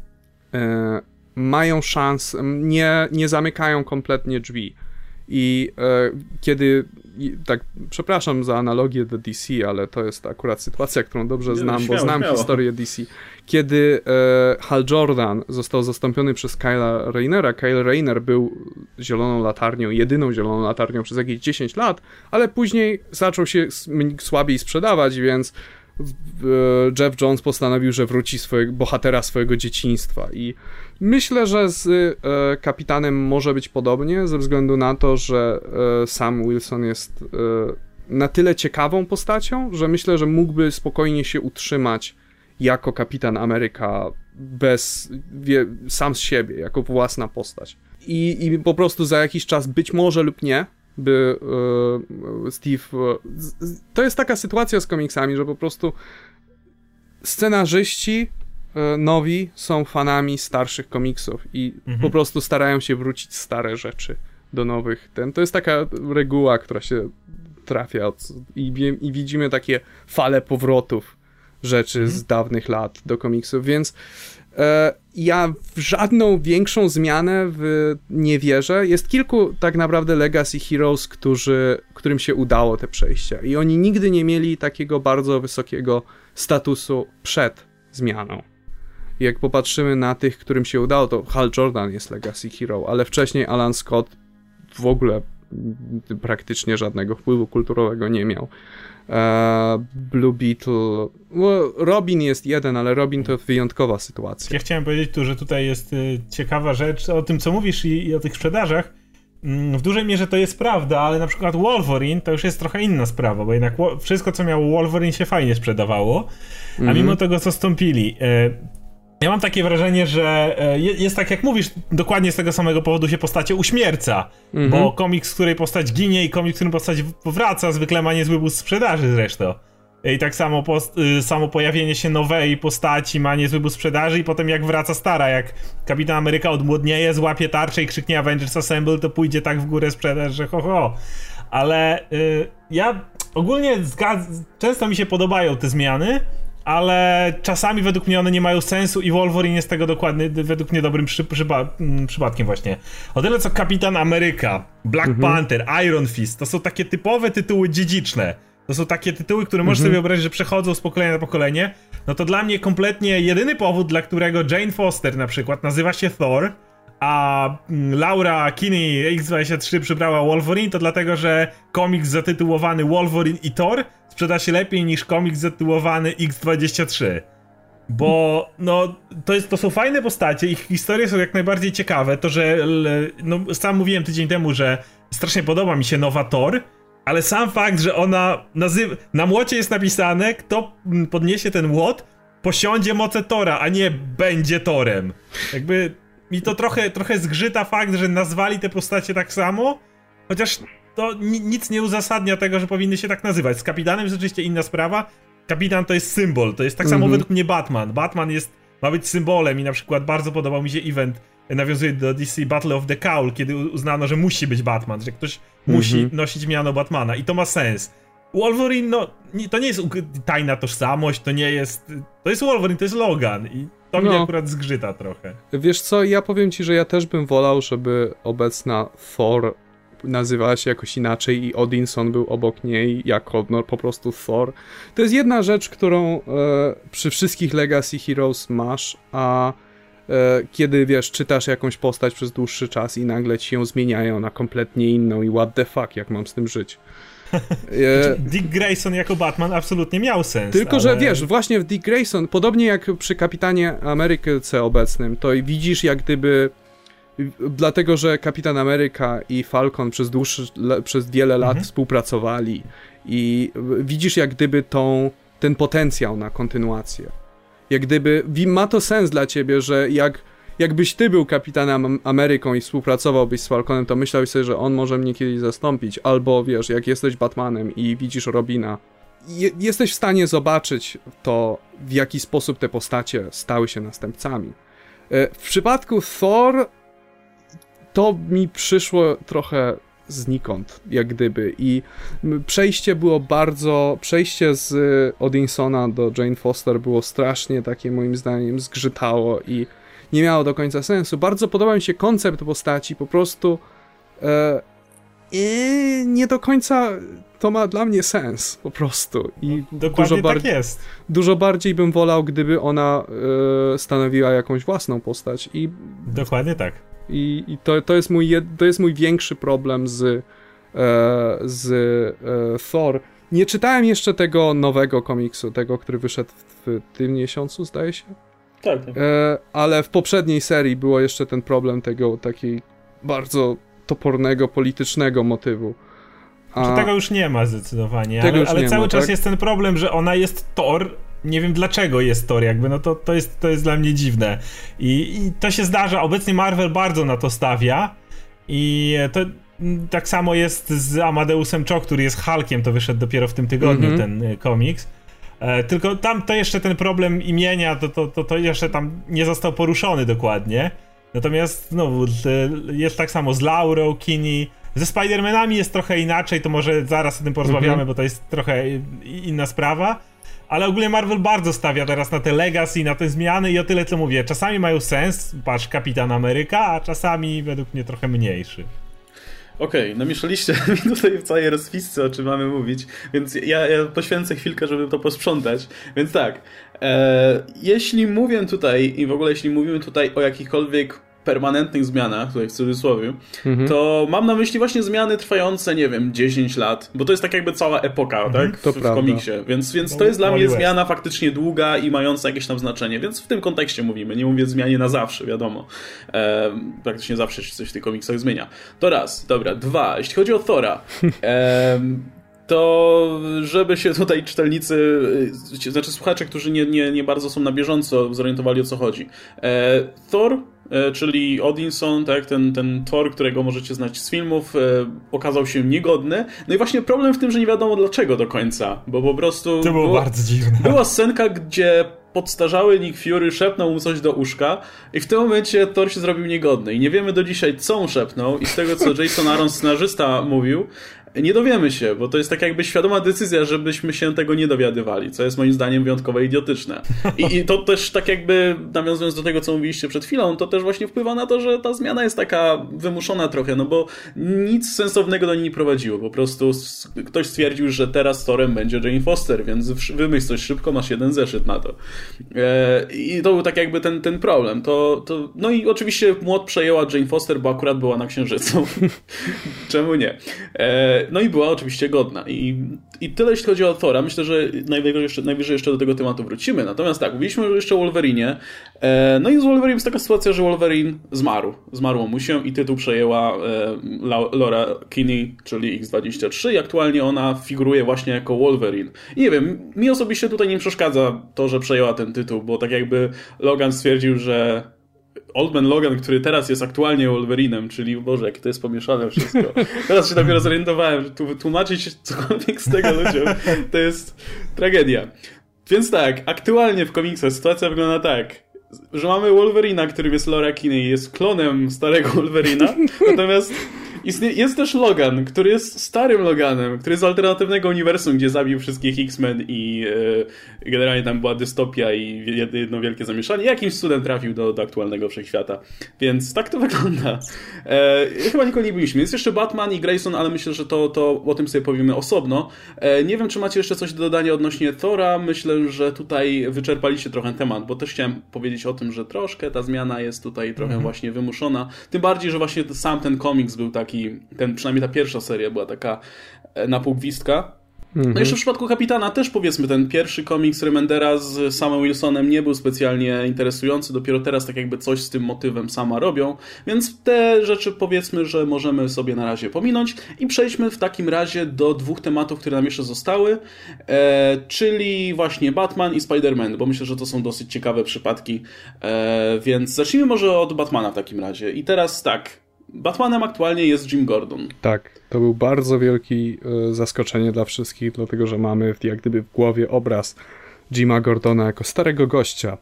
e, mają szansę, nie, nie zamykają kompletnie drzwi. I e, kiedy, i, tak, przepraszam za analogię do D C, ale to jest akurat sytuacja, którą dobrze znam, śmiało, bo znam śmiało. historię D C. Kiedy e, Hal Jordan został zastąpiony przez Kyla Raynera, Kyle Rayner był zieloną latarnią, jedyną zieloną latarnią przez jakieś dziesięć lat, ale później zaczął się słabiej sprzedawać, więc Jeff Jones postanowił, że wróci swojego bohatera swojego dzieciństwa i myślę, że z e, Kapitanem może być podobnie, ze względu na to, że e, Sam Wilson jest e, na tyle ciekawą postacią, że myślę, że mógłby spokojnie się utrzymać jako Kapitan Ameryka bez, wie, sam z siebie, jako własna postać. I, i po prostu za jakiś czas, być może lub nie, by e, Steve... E, z, to jest taka sytuacja z komiksami, że po prostu scenarzyści e, nowi są fanami starszych komiksów i mhm. po prostu starają się wrócić stare rzeczy do nowych. Ten, to jest taka reguła, która się trafia od, i, i widzimy takie fale powrotów rzeczy mhm. z dawnych lat do komiksów, więc e, ja w żadną większą zmianę w nie wierzę. Jest kilku tak naprawdę Legacy Heroes, którzy, którym się udało te przejścia i oni nigdy nie mieli takiego bardzo wysokiego statusu przed zmianą. Jak popatrzymy na tych, którym się udało, to Hal Jordan jest Legacy Hero, ale wcześniej Alan Scott w ogóle praktycznie żadnego wpływu kulturowego nie miał. Blue Beetle... Well, Robin jest jeden, ale Robin to wyjątkowa sytuacja. Ja chciałem powiedzieć tu, że tutaj jest ciekawa rzecz o tym, co mówisz i, i o tych sprzedażach. W dużej mierze to jest prawda, ale na przykład Wolverine to już jest trochę inna sprawa, bo jednak wszystko, co miało Wolverine, się fajnie sprzedawało, a mm-hmm. mimo tego zastąpili. Ja mam takie wrażenie, że jest tak jak mówisz, dokładnie z tego samego powodu się postacie uśmierca, mm-hmm. bo komiks, w której postać ginie i komiks, w którym postać powraca, zwykle ma niezły boost sprzedaży zresztą. I tak samo, post, samo pojawienie się nowej postaci ma niezły boost sprzedaży i potem jak wraca stara, jak Kapitan Ameryka odmłodnieje, złapie tarczę i krzyknie Avengers Assemble, to pójdzie tak w górę sprzedaż, że ho ho. Ale y, ja ogólnie zgad- często mi się podobają te zmiany, ale czasami według mnie one nie mają sensu i Wolverine jest tego dokładnie według mnie dobrym przy, przypa- przypadkiem właśnie. O tyle co Kapitan Ameryka, Black mhm. Panther, Iron Fist, to są takie typowe tytuły dziedziczne. To są takie tytuły, które możesz mhm. sobie wyobrazić, że przechodzą z pokolenia na pokolenie. No to dla mnie kompletnie jedyny powód, dla którego Jane Foster na przykład nazywa się Thor, a Laura Kinney X dwadzieścia trzy przybrała Wolverine, to dlatego, że komiks zatytułowany Wolverine i Thor sprzeda się lepiej niż komiks zatytułowany X dwadzieścia trzy. Bo no to, jest, to są fajne postacie, ich historie są jak najbardziej ciekawe. To, że no sam mówiłem tydzień temu, że strasznie podoba mi się nowa Thor, ale sam fakt, że ona nazywa, na młocie jest napisane, kto podniesie ten młot, posiądzie moce Tora, a nie będzie Torem. Jakby mi to trochę, trochę zgrzyta fakt, że nazwali te postacie tak samo, chociaż to ni- nic nie uzasadnia tego, że powinny się tak nazywać. Z Kapitanem jest oczywiście inna sprawa. Kapitan to jest symbol, to jest tak samo mm-hmm. według mnie Batman. Batman jest, ma być symbolem i na przykład bardzo podobał mi się event, nawiązuje do D C Battle of the Cowl, kiedy uznano, że musi być Batman, że ktoś mm-hmm. musi nosić miano Batmana i to ma sens. Wolverine, no, nie, to nie jest tajna tożsamość, to nie jest... To jest Wolverine, to jest Logan i to no. mnie akurat zgrzyta trochę. Wiesz co, ja powiem ci, że ja też bym wolał, żeby obecna Thor nazywała się jakoś inaczej i Odinson był obok niej jako no, po prostu Thor. To jest jedna rzecz, którą e, przy wszystkich Legacy Heroes masz, a e, kiedy, wiesz, czytasz jakąś postać przez dłuższy czas i nagle ci ją zmieniają na kompletnie inną i what the fuck, jak mam z tym żyć? E... Dick Grayson jako Batman absolutnie miał sens. Tylko, ale... że wiesz, właśnie w Dick Grayson, podobnie jak przy Kapitanie Ameryce obecnym, to widzisz jak gdyby dlatego, że Kapitan Ameryka i Falcon przez dłuższy, le, przez wiele lat mhm. współpracowali i widzisz jak gdyby tą, ten potencjał na kontynuację. Jak gdyby ma to sens dla ciebie, że jak, jakbyś ty był Kapitanem Ameryką i współpracowałbyś z Falconem, to myślałbyś sobie, że on może mnie kiedyś zastąpić. Albo wiesz, jak jesteś Batmanem i widzisz Robina, je, jesteś w stanie zobaczyć to, w jaki sposób te postacie stały się następcami. W przypadku Thor to mi przyszło trochę znikąd, jak gdyby. I przejście było bardzo... Przejście z Odinsona do Jane Foster było strasznie takie, moim zdaniem, zgrzytało i nie miało do końca sensu. Bardzo podobał mi się koncept postaci, po prostu e, i nie do końca to ma dla mnie sens, po prostu. I no, dokładnie dużo tak jest. Dużo bardziej bym wolał, gdyby ona e, stanowiła jakąś własną postać. I dokładnie tak. I, i to, to, jest mój jed, to jest mój większy problem z, e, z e, Thor. Nie czytałem jeszcze tego nowego komiksu, tego, który wyszedł w tym miesiącu, zdaje się. Tak. tak. E, ale w poprzedniej serii było jeszcze ten problem tego takiej bardzo topornego, politycznego motywu. A... Tego już nie ma zdecydowanie, ale, ale cały ma, czas tak? jest ten problem, że ona jest Thor. Nie wiem dlaczego jest Thor, jakby, no to, to, jest, to jest dla mnie dziwne. I, I to się zdarza, obecnie Marvel bardzo na to stawia i to tak samo jest z Amadeusem Cho, który jest Hulkiem, to wyszedł dopiero w tym tygodniu mm-hmm. ten komiks. E, tylko tam to jeszcze ten problem imienia, to, to, to, to jeszcze tam nie został poruszony dokładnie. Natomiast znowu jest tak samo z Laurą, Kinney. Ze Spider-Manami jest trochę inaczej, to może zaraz o tym porozmawiamy, mm-hmm. bo to jest trochę inna sprawa. Ale ogólnie Marvel bardzo stawia teraz na te legacy, na te zmiany i o tyle co mówię. Czasami mają sens, patrz, Kapitan Ameryka, a czasami według mnie trochę mniejszy. Okej, okay, namieszaliście mi tutaj w całej rozpisce, o czym mamy mówić, więc ja, ja poświęcę chwilkę, żeby to posprzątać. Więc tak, e, jeśli mówię tutaj i w ogóle jeśli mówimy tutaj o jakichkolwiek permanentnych zmianach, tutaj w cudzysłowie, mhm. to mam na myśli właśnie zmiany trwające, nie wiem, dziesięć lat, bo to jest tak jakby cała epoka, mhm, tak, w, w komiksie, więc, więc to jest dla mnie zmiana faktycznie długa i mająca jakieś tam znaczenie, więc w tym kontekście mówimy, nie mówię zmianie na zawsze, wiadomo, e, praktycznie zawsze się coś w tych komiksach zmienia. To raz, dobra, dwa, jeśli chodzi o Thora, e, to żeby się tutaj czytelnicy, znaczy słuchacze, którzy nie, nie, nie bardzo są na bieżąco zorientowali, o co chodzi. E, Thor, e, czyli Odinson, tak, ten, ten Thor, którego możecie znać z filmów, e, okazał się niegodny. No i właśnie problem w tym, że nie wiadomo dlaczego do końca, bo po prostu... To było, było bardzo dziwne. Była scenka, gdzie podstarzały Nick Fury szepnął mu coś do uszka i w tym momencie Thor się zrobił niegodny i nie wiemy do dzisiaj, co mu szepnął i z tego, co Jason Aaron, scenarzysta, mówił, nie dowiemy się, bo to jest tak jakby świadoma decyzja, żebyśmy się tego nie dowiadywali, co jest moim zdaniem wyjątkowo idiotyczne. I, i to też tak jakby, nawiązując do tego, co mówiliście przed chwilą, to też właśnie wpływa na to, że ta zmiana jest taka wymuszona trochę, no bo nic sensownego do niej nie prowadziło. Po prostu ktoś stwierdził, że teraz Thorem będzie Jane Foster, więc wymyśl coś szybko, masz jeden zeszyt na to. E, I to był tak jakby ten, ten problem. To, to, no i oczywiście młot przejęła Jane Foster, bo akurat była na Księżycu. Czemu nie? E, No i była oczywiście godna. I, i tyle jeśli chodzi o Thora. Myślę, że najwyżej jeszcze, najwyżej jeszcze do tego tematu wrócimy. Natomiast tak, mówiliśmy jeszcze o Wolverinie. E, no i z Wolverine jest taka sytuacja, że Wolverine zmarł. Zmarło mu się i tytuł przejęła e, Laura Kinney, czyli X dwadzieścia trzy i aktualnie ona figuruje właśnie jako Wolverine. I nie wiem, mi osobiście tutaj nie przeszkadza to, że przejęła ten tytuł, bo tak jakby Logan stwierdził, że Old Man Logan, który teraz jest aktualnie Wolverinem, czyli, Boże, jakie to jest pomieszane wszystko. Teraz się dopiero zorientowałem, że tłumaczyć cokolwiek z tego ludziom, to jest tragedia. Więc tak, aktualnie w komiksach sytuacja wygląda tak, że mamy Wolverina, którym jest Laura Kinney, jest klonem starego Wolverina, natomiast Istnie, jest też Logan, który jest starym Loganem, który jest z alternatywnego uniwersum, gdzie zabił wszystkich X-Men i e, generalnie tam była dystopia i jedno wielkie zamieszanie. Jakimś cudem trafił do, do aktualnego wszechświata. Więc tak to wygląda. E, chyba nikogo nie byliśmy. Jest jeszcze Batman i Grayson, ale myślę, że to, to o tym sobie powiemy osobno. E, nie wiem, czy macie jeszcze coś do dodania odnośnie Thora. Myślę, że tutaj wyczerpaliście trochę temat, bo też chciałem powiedzieć o tym, że troszkę ta zmiana jest tutaj trochę mm-hmm. właśnie wymuszona. Tym bardziej, że właśnie sam ten komiks był taki, ten, przynajmniej ta pierwsza seria była taka na pół gwizdka. Mm-hmm. No jeszcze w przypadku Kapitana też powiedzmy ten pierwszy komiks Remendera z Samem Wilsonem nie był specjalnie interesujący, dopiero teraz tak jakby coś z tym motywem sama robią, więc te rzeczy powiedzmy, że możemy sobie na razie pominąć i przejdźmy w takim razie do dwóch tematów, które nam jeszcze zostały, e, czyli właśnie Batman i Spider-Man, bo myślę, że to są dosyć ciekawe przypadki, e, więc zacznijmy może od Batmana w takim razie. I teraz tak, Batmanem aktualnie jest Jim Gordon. Tak, to był bardzo wielki y, zaskoczenie dla wszystkich, dlatego że mamy jak gdyby w głowie obraz Jima Gordona jako starego gościa.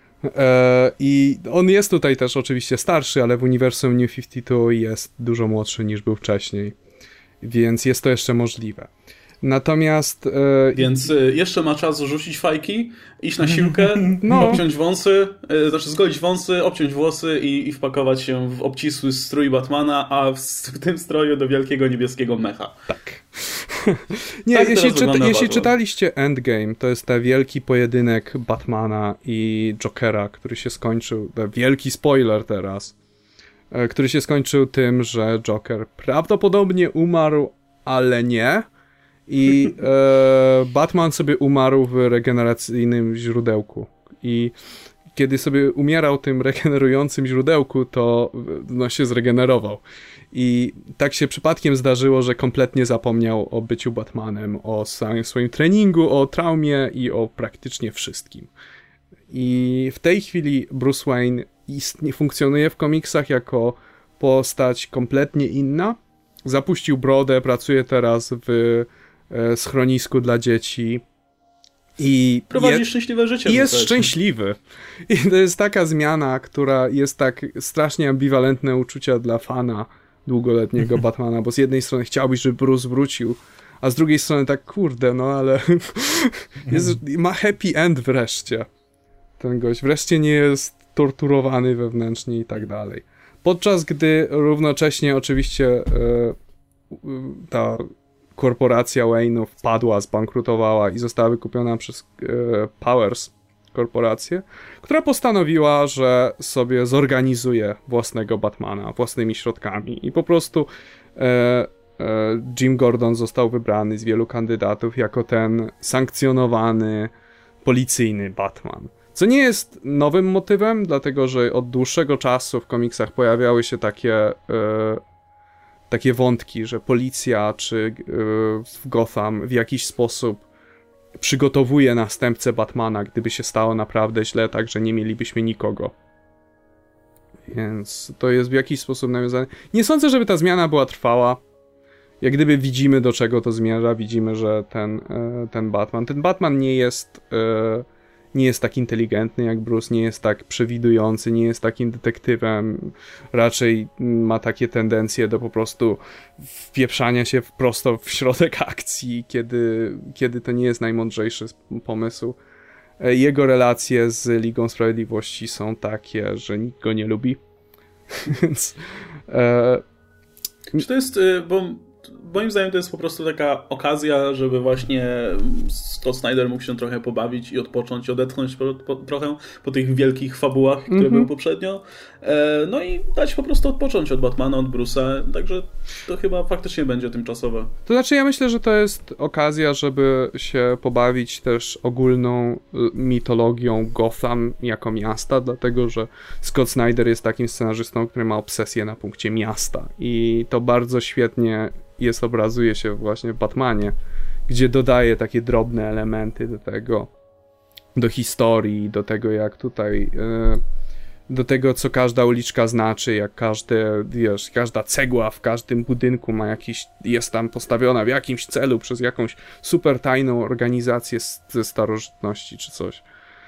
E, I on jest tutaj też oczywiście starszy, ale w uniwersum New pięćdziesiąt dwa jest dużo młodszy niż był wcześniej, więc jest to jeszcze możliwe. Natomiast... E, Więc y, jeszcze ma czas rzucić fajki, iść na siłkę, no. obciąć wąsy, y, znaczy zgolić wąsy, obciąć włosy i, i wpakować się w obcisły strój Batmana, a w, w tym stroju do wielkiego niebieskiego mecha. Tak. Nie, tak jeśli, czyta, jeśli czytaliście Endgame, to jest ten wielki pojedynek Batmana i Jokera, który się skończył, wielki spoiler teraz, który się skończył tym, że Joker prawdopodobnie umarł, ale nie. I e, Batman sobie umarł w regeneracyjnym źródełku. I kiedy sobie umierał tym regenerującym źródełku, to no, się zregenerował. I tak się przypadkiem zdarzyło, że kompletnie zapomniał o byciu Batmanem, o swoim, swoim treningu, o traumie i o praktycznie wszystkim. I w tej chwili Bruce Wayne istnie, funkcjonuje w komiksach jako postać kompletnie inna. Zapuścił brodę, pracuje teraz w schronisku dla dzieci i prowadzi jest, szczęśliwe życie. I jest szczęśliwy. I to jest taka zmiana, która jest tak strasznie ambiwalentne uczucia dla fana długoletniego Batmana, bo z jednej strony chciałbyś, żeby Bruce wrócił, a z drugiej strony tak kurde, no ale jest, ma happy end wreszcie. Ten gość wreszcie nie jest torturowany wewnętrznie i tak dalej. Podczas gdy równocześnie oczywiście e, ta korporacja Wayne'ów padła, zbankrutowała i została wykupiona przez e, Powers korporację, która postanowiła, że sobie zorganizuje własnego Batmana własnymi środkami i po prostu e, e, Jim Gordon został wybrany z wielu kandydatów jako ten sankcjonowany policyjny Batman. Co nie jest nowym motywem, dlatego że od dłuższego czasu w komiksach pojawiały się takie e, takie wątki, że policja czy yy, w Gotham w jakiś sposób przygotowuje następcę Batmana, gdyby się stało naprawdę źle, tak że nie mielibyśmy nikogo. Więc to jest w jakiś sposób nawiązane. Nie sądzę, żeby ta zmiana była trwała. Jak gdyby widzimy, do czego to zmierza, widzimy, że ten, yy, ten Batman, ten Batman nie jest yy, nie jest tak inteligentny jak Bruce, nie jest tak przewidujący, nie jest takim detektywem, raczej ma takie tendencje do po prostu wpieprzania się prosto w środek akcji, kiedy, kiedy to nie jest najmądrzejszy pomysł. Jego relacje z Ligą Sprawiedliwości są takie, że nikt go nie lubi. Więc... E... Czy to jest... Bo... Moim zdaniem to jest po prostu taka okazja, żeby właśnie Scott Snyder mógł się trochę pobawić i odpocząć, odetchnąć po, po, trochę po tych wielkich fabułach, które mm-hmm. były poprzednio. E, no i dać po prostu odpocząć od Batmana, od Bruce'a. Także to chyba faktycznie będzie tymczasowe. To znaczy ja myślę, że to jest okazja, żeby się pobawić też ogólną mitologią Gotham jako miasta, dlatego że Scott Snyder jest takim scenarzystą, który ma obsesję na punkcie miasta. I to bardzo świetnie jest, obrazuje się właśnie w Batmanie, gdzie dodaje takie drobne elementy do tego, do historii, do tego jak tutaj, do tego co każda uliczka znaczy, jak każde, wiesz, każda cegła w każdym budynku ma jakiś, jest tam postawiona w jakimś celu przez jakąś super tajną organizację ze starożytności czy coś.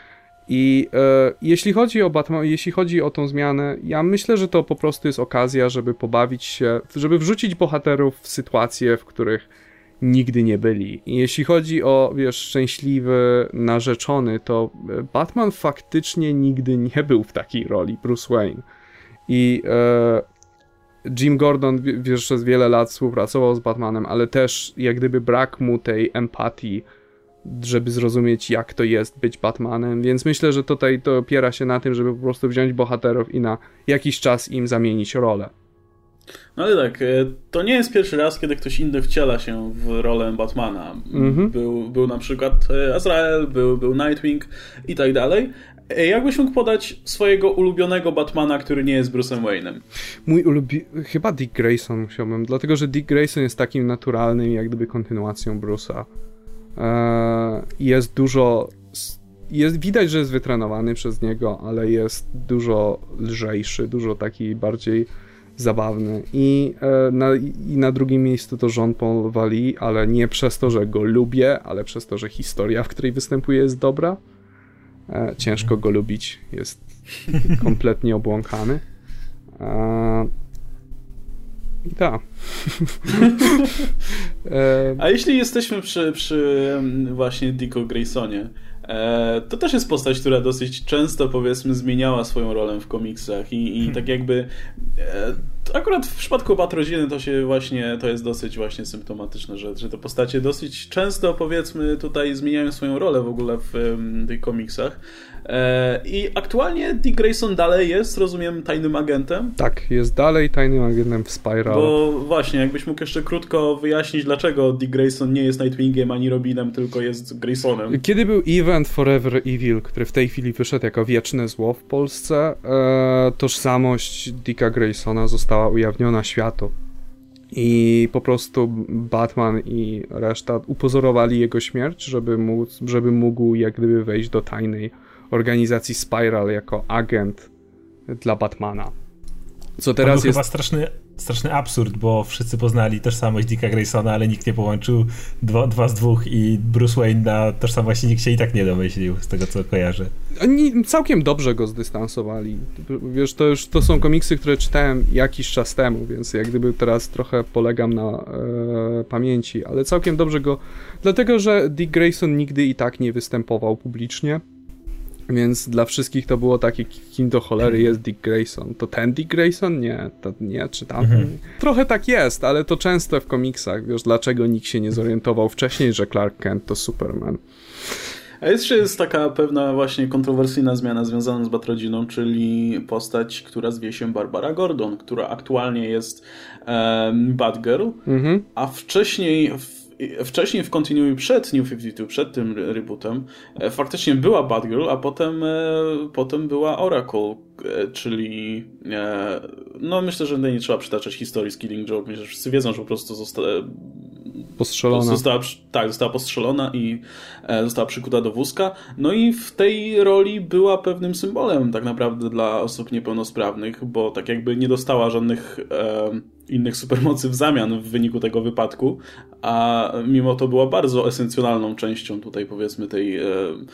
I e, jeśli chodzi o Batman, jeśli chodzi o tą zmianę, ja myślę, że to po prostu jest okazja, żeby pobawić się, żeby wrzucić bohaterów w sytuacje, w których nigdy nie byli. I jeśli chodzi o, wiesz, szczęśliwy narzeczony, to Batman faktycznie nigdy nie był w takiej roli, Bruce Wayne. I e, Jim Gordon, wiesz, przez wiele lat współpracował z Batmanem, ale też jak gdyby brak mu tej empatii, żeby zrozumieć, jak to jest być Batmanem, więc myślę, że tutaj to opiera się na tym, żeby po prostu wziąć bohaterów i na jakiś czas im zamienić rolę. No ale tak, to nie jest pierwszy raz, kiedy ktoś inny wciela się w rolę Batmana. Mm-hmm. Był, był na przykład Azrael, był, był Nightwing i tak dalej. Jakbyś mógł podać swojego ulubionego Batmana, który nie jest Bruce'em Wayne'em? Mój ulubiony... Chyba Dick Grayson musiałbym, dlatego że Dick Grayson jest takim naturalnym, jak gdyby kontynuacją Bruce'a. Eee, jest dużo... Jest, widać, że jest wytrenowany przez niego, ale jest dużo lżejszy, dużo taki bardziej zabawny. I, e, na, I na drugim miejscu to Jean-Paul Vallée, ale nie przez to, że go lubię, ale przez to, że historia, w której występuje, jest dobra. E, ciężko go lubić, jest kompletnie obłąkany. E, I tak. e, A jeśli jesteśmy przy, przy właśnie Dicku Graysonie, to też jest postać, która dosyć często, powiedzmy, zmieniała swoją rolę w komiksach i, i tak jakby akurat w przypadku Bat Rodziny to się właśnie, to jest dosyć właśnie symptomatyczne, że, że te postacie dosyć często, powiedzmy, tutaj zmieniają swoją rolę w ogóle w, w tych komiksach. I aktualnie Dick Grayson dalej jest, rozumiem, tajnym agentem? Tak, jest dalej tajnym agentem w Spiral. Bo właśnie, jakbyś mógł jeszcze krótko wyjaśnić, dlaczego Dick Grayson nie jest Nightwingiem ani Robinem, tylko jest Graysonem. Kiedy był Event Forever Evil, który w tej chwili wyszedł jako Wieczne Zło w Polsce, e, tożsamość Dicka Graysona została ujawniona światu. I po prostu Batman i reszta upozorowali jego śmierć, żeby mógł, żeby mógł jak gdyby wejść do tajnej organizacji Spiral jako agent dla Batmana. Co teraz to był jest... chyba straszny, straszny absurd, bo wszyscy poznali tożsamość Dicka Graysona, ale nikt nie połączył dwa, dwa z dwóch i Bruce Wayne na tożsamości nikt się i tak nie domyślił, z tego co kojarzę. Oni całkiem dobrze go zdystansowali. Wiesz, to już to są komiksy, które czytałem jakiś czas temu, więc jak gdyby teraz trochę polegam na e, pamięci, ale całkiem dobrze go... Dlatego, że Dick Grayson nigdy i tak nie występował publicznie. Więc dla wszystkich to było takie, kim do cholery jest Dick Grayson. To ten Dick Grayson? Nie, to nie, czy tam. Mhm. Trochę tak jest, ale to często w komiksach. Wiesz, dlaczego nikt się nie zorientował wcześniej, że Clark Kent to Superman. A jeszcze jest taka pewna właśnie kontrowersyjna zmiana związana z Batrodziną, czyli postać, która zwie się Barbara Gordon, która aktualnie jest um, Batgirl, mhm. a wcześniej... W Wcześniej w Continuum przed New pięćdziesiąt dwa, przed tym rebootem, faktycznie była Batgirl, a potem, potem była Oracle, czyli no myślę, że nie trzeba przytaczać historii z Killing Joke, myślę, że wszyscy wiedzą, że po prostu została postrzelona. Została, tak, została postrzelona i została przykuta do wózka. No i w tej roli była pewnym symbolem tak naprawdę dla osób niepełnosprawnych, bo tak jakby nie dostała żadnych e, innych supermocy w zamian w wyniku tego wypadku, a mimo to była bardzo esencjonalną częścią tutaj powiedzmy tej e,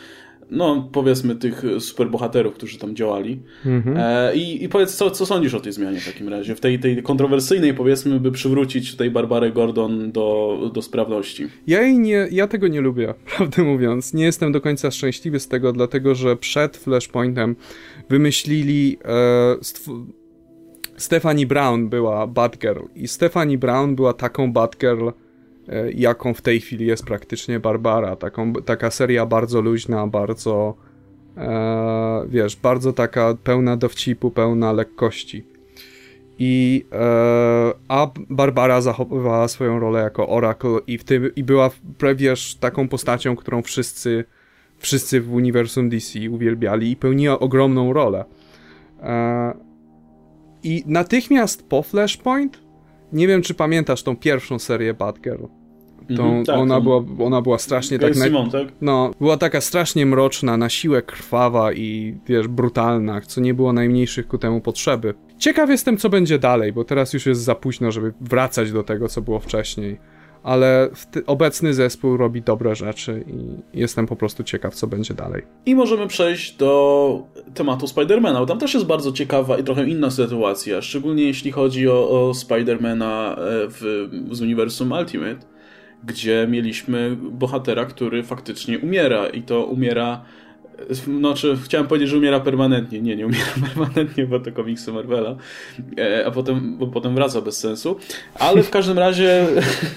no powiedzmy tych superbohaterów, którzy tam działali. Mhm. E, i, I powiedz, co, co sądzisz o tej zmianie w takim razie? W tej, tej kontrowersyjnej, powiedzmy, by przywrócić tutaj Barbarę Gordon do, do sprawności. Ja jej nie, ja tego nie lubię, prawdę mówiąc. Nie jestem do końca szczęśliwy z tego, dlatego że przed Flashpointem wymyślili e, stw- Stephanie Brown była Batgirl i Stephanie Brown była taką Batgirl, jaką w tej chwili jest praktycznie Barbara. Taką, taka seria bardzo luźna, bardzo e, wiesz, bardzo taka pełna dowcipu, pełna lekkości. I e, a Barbara zachowywała swoją rolę jako Oracle i, w tym, i była, wiesz, taką postacią, którą wszyscy wszyscy w uniwersum D C uwielbiali i pełniła ogromną rolę. E, I natychmiast po Flashpoint nie wiem, czy pamiętasz tą pierwszą serię Batgirl. Tą, mm, tak, ona, była, ona była strasznie tak, na, Simon, tak? No, była taka strasznie mroczna, na siłę krwawa i wiesz, brutalna, co nie było najmniejszych ku temu potrzeby. Ciekaw jestem, co będzie dalej, bo teraz już jest za późno, żeby wracać do tego, co było wcześniej. ale ty, obecny zespół robi dobre rzeczy i jestem po prostu ciekaw, co będzie dalej. I możemy przejść do tematu Spidermana. Tam też jest bardzo ciekawa i trochę inna sytuacja, szczególnie jeśli chodzi o, o Spidermana w, z uniwersum Ultimate, gdzie mieliśmy bohatera, który faktycznie umiera i to umiera, znaczy chciałem powiedzieć, że umiera permanentnie, nie, nie umiera permanentnie, bo to komiksy Marvela, a potem, bo potem wraca bez sensu, ale w każdym razie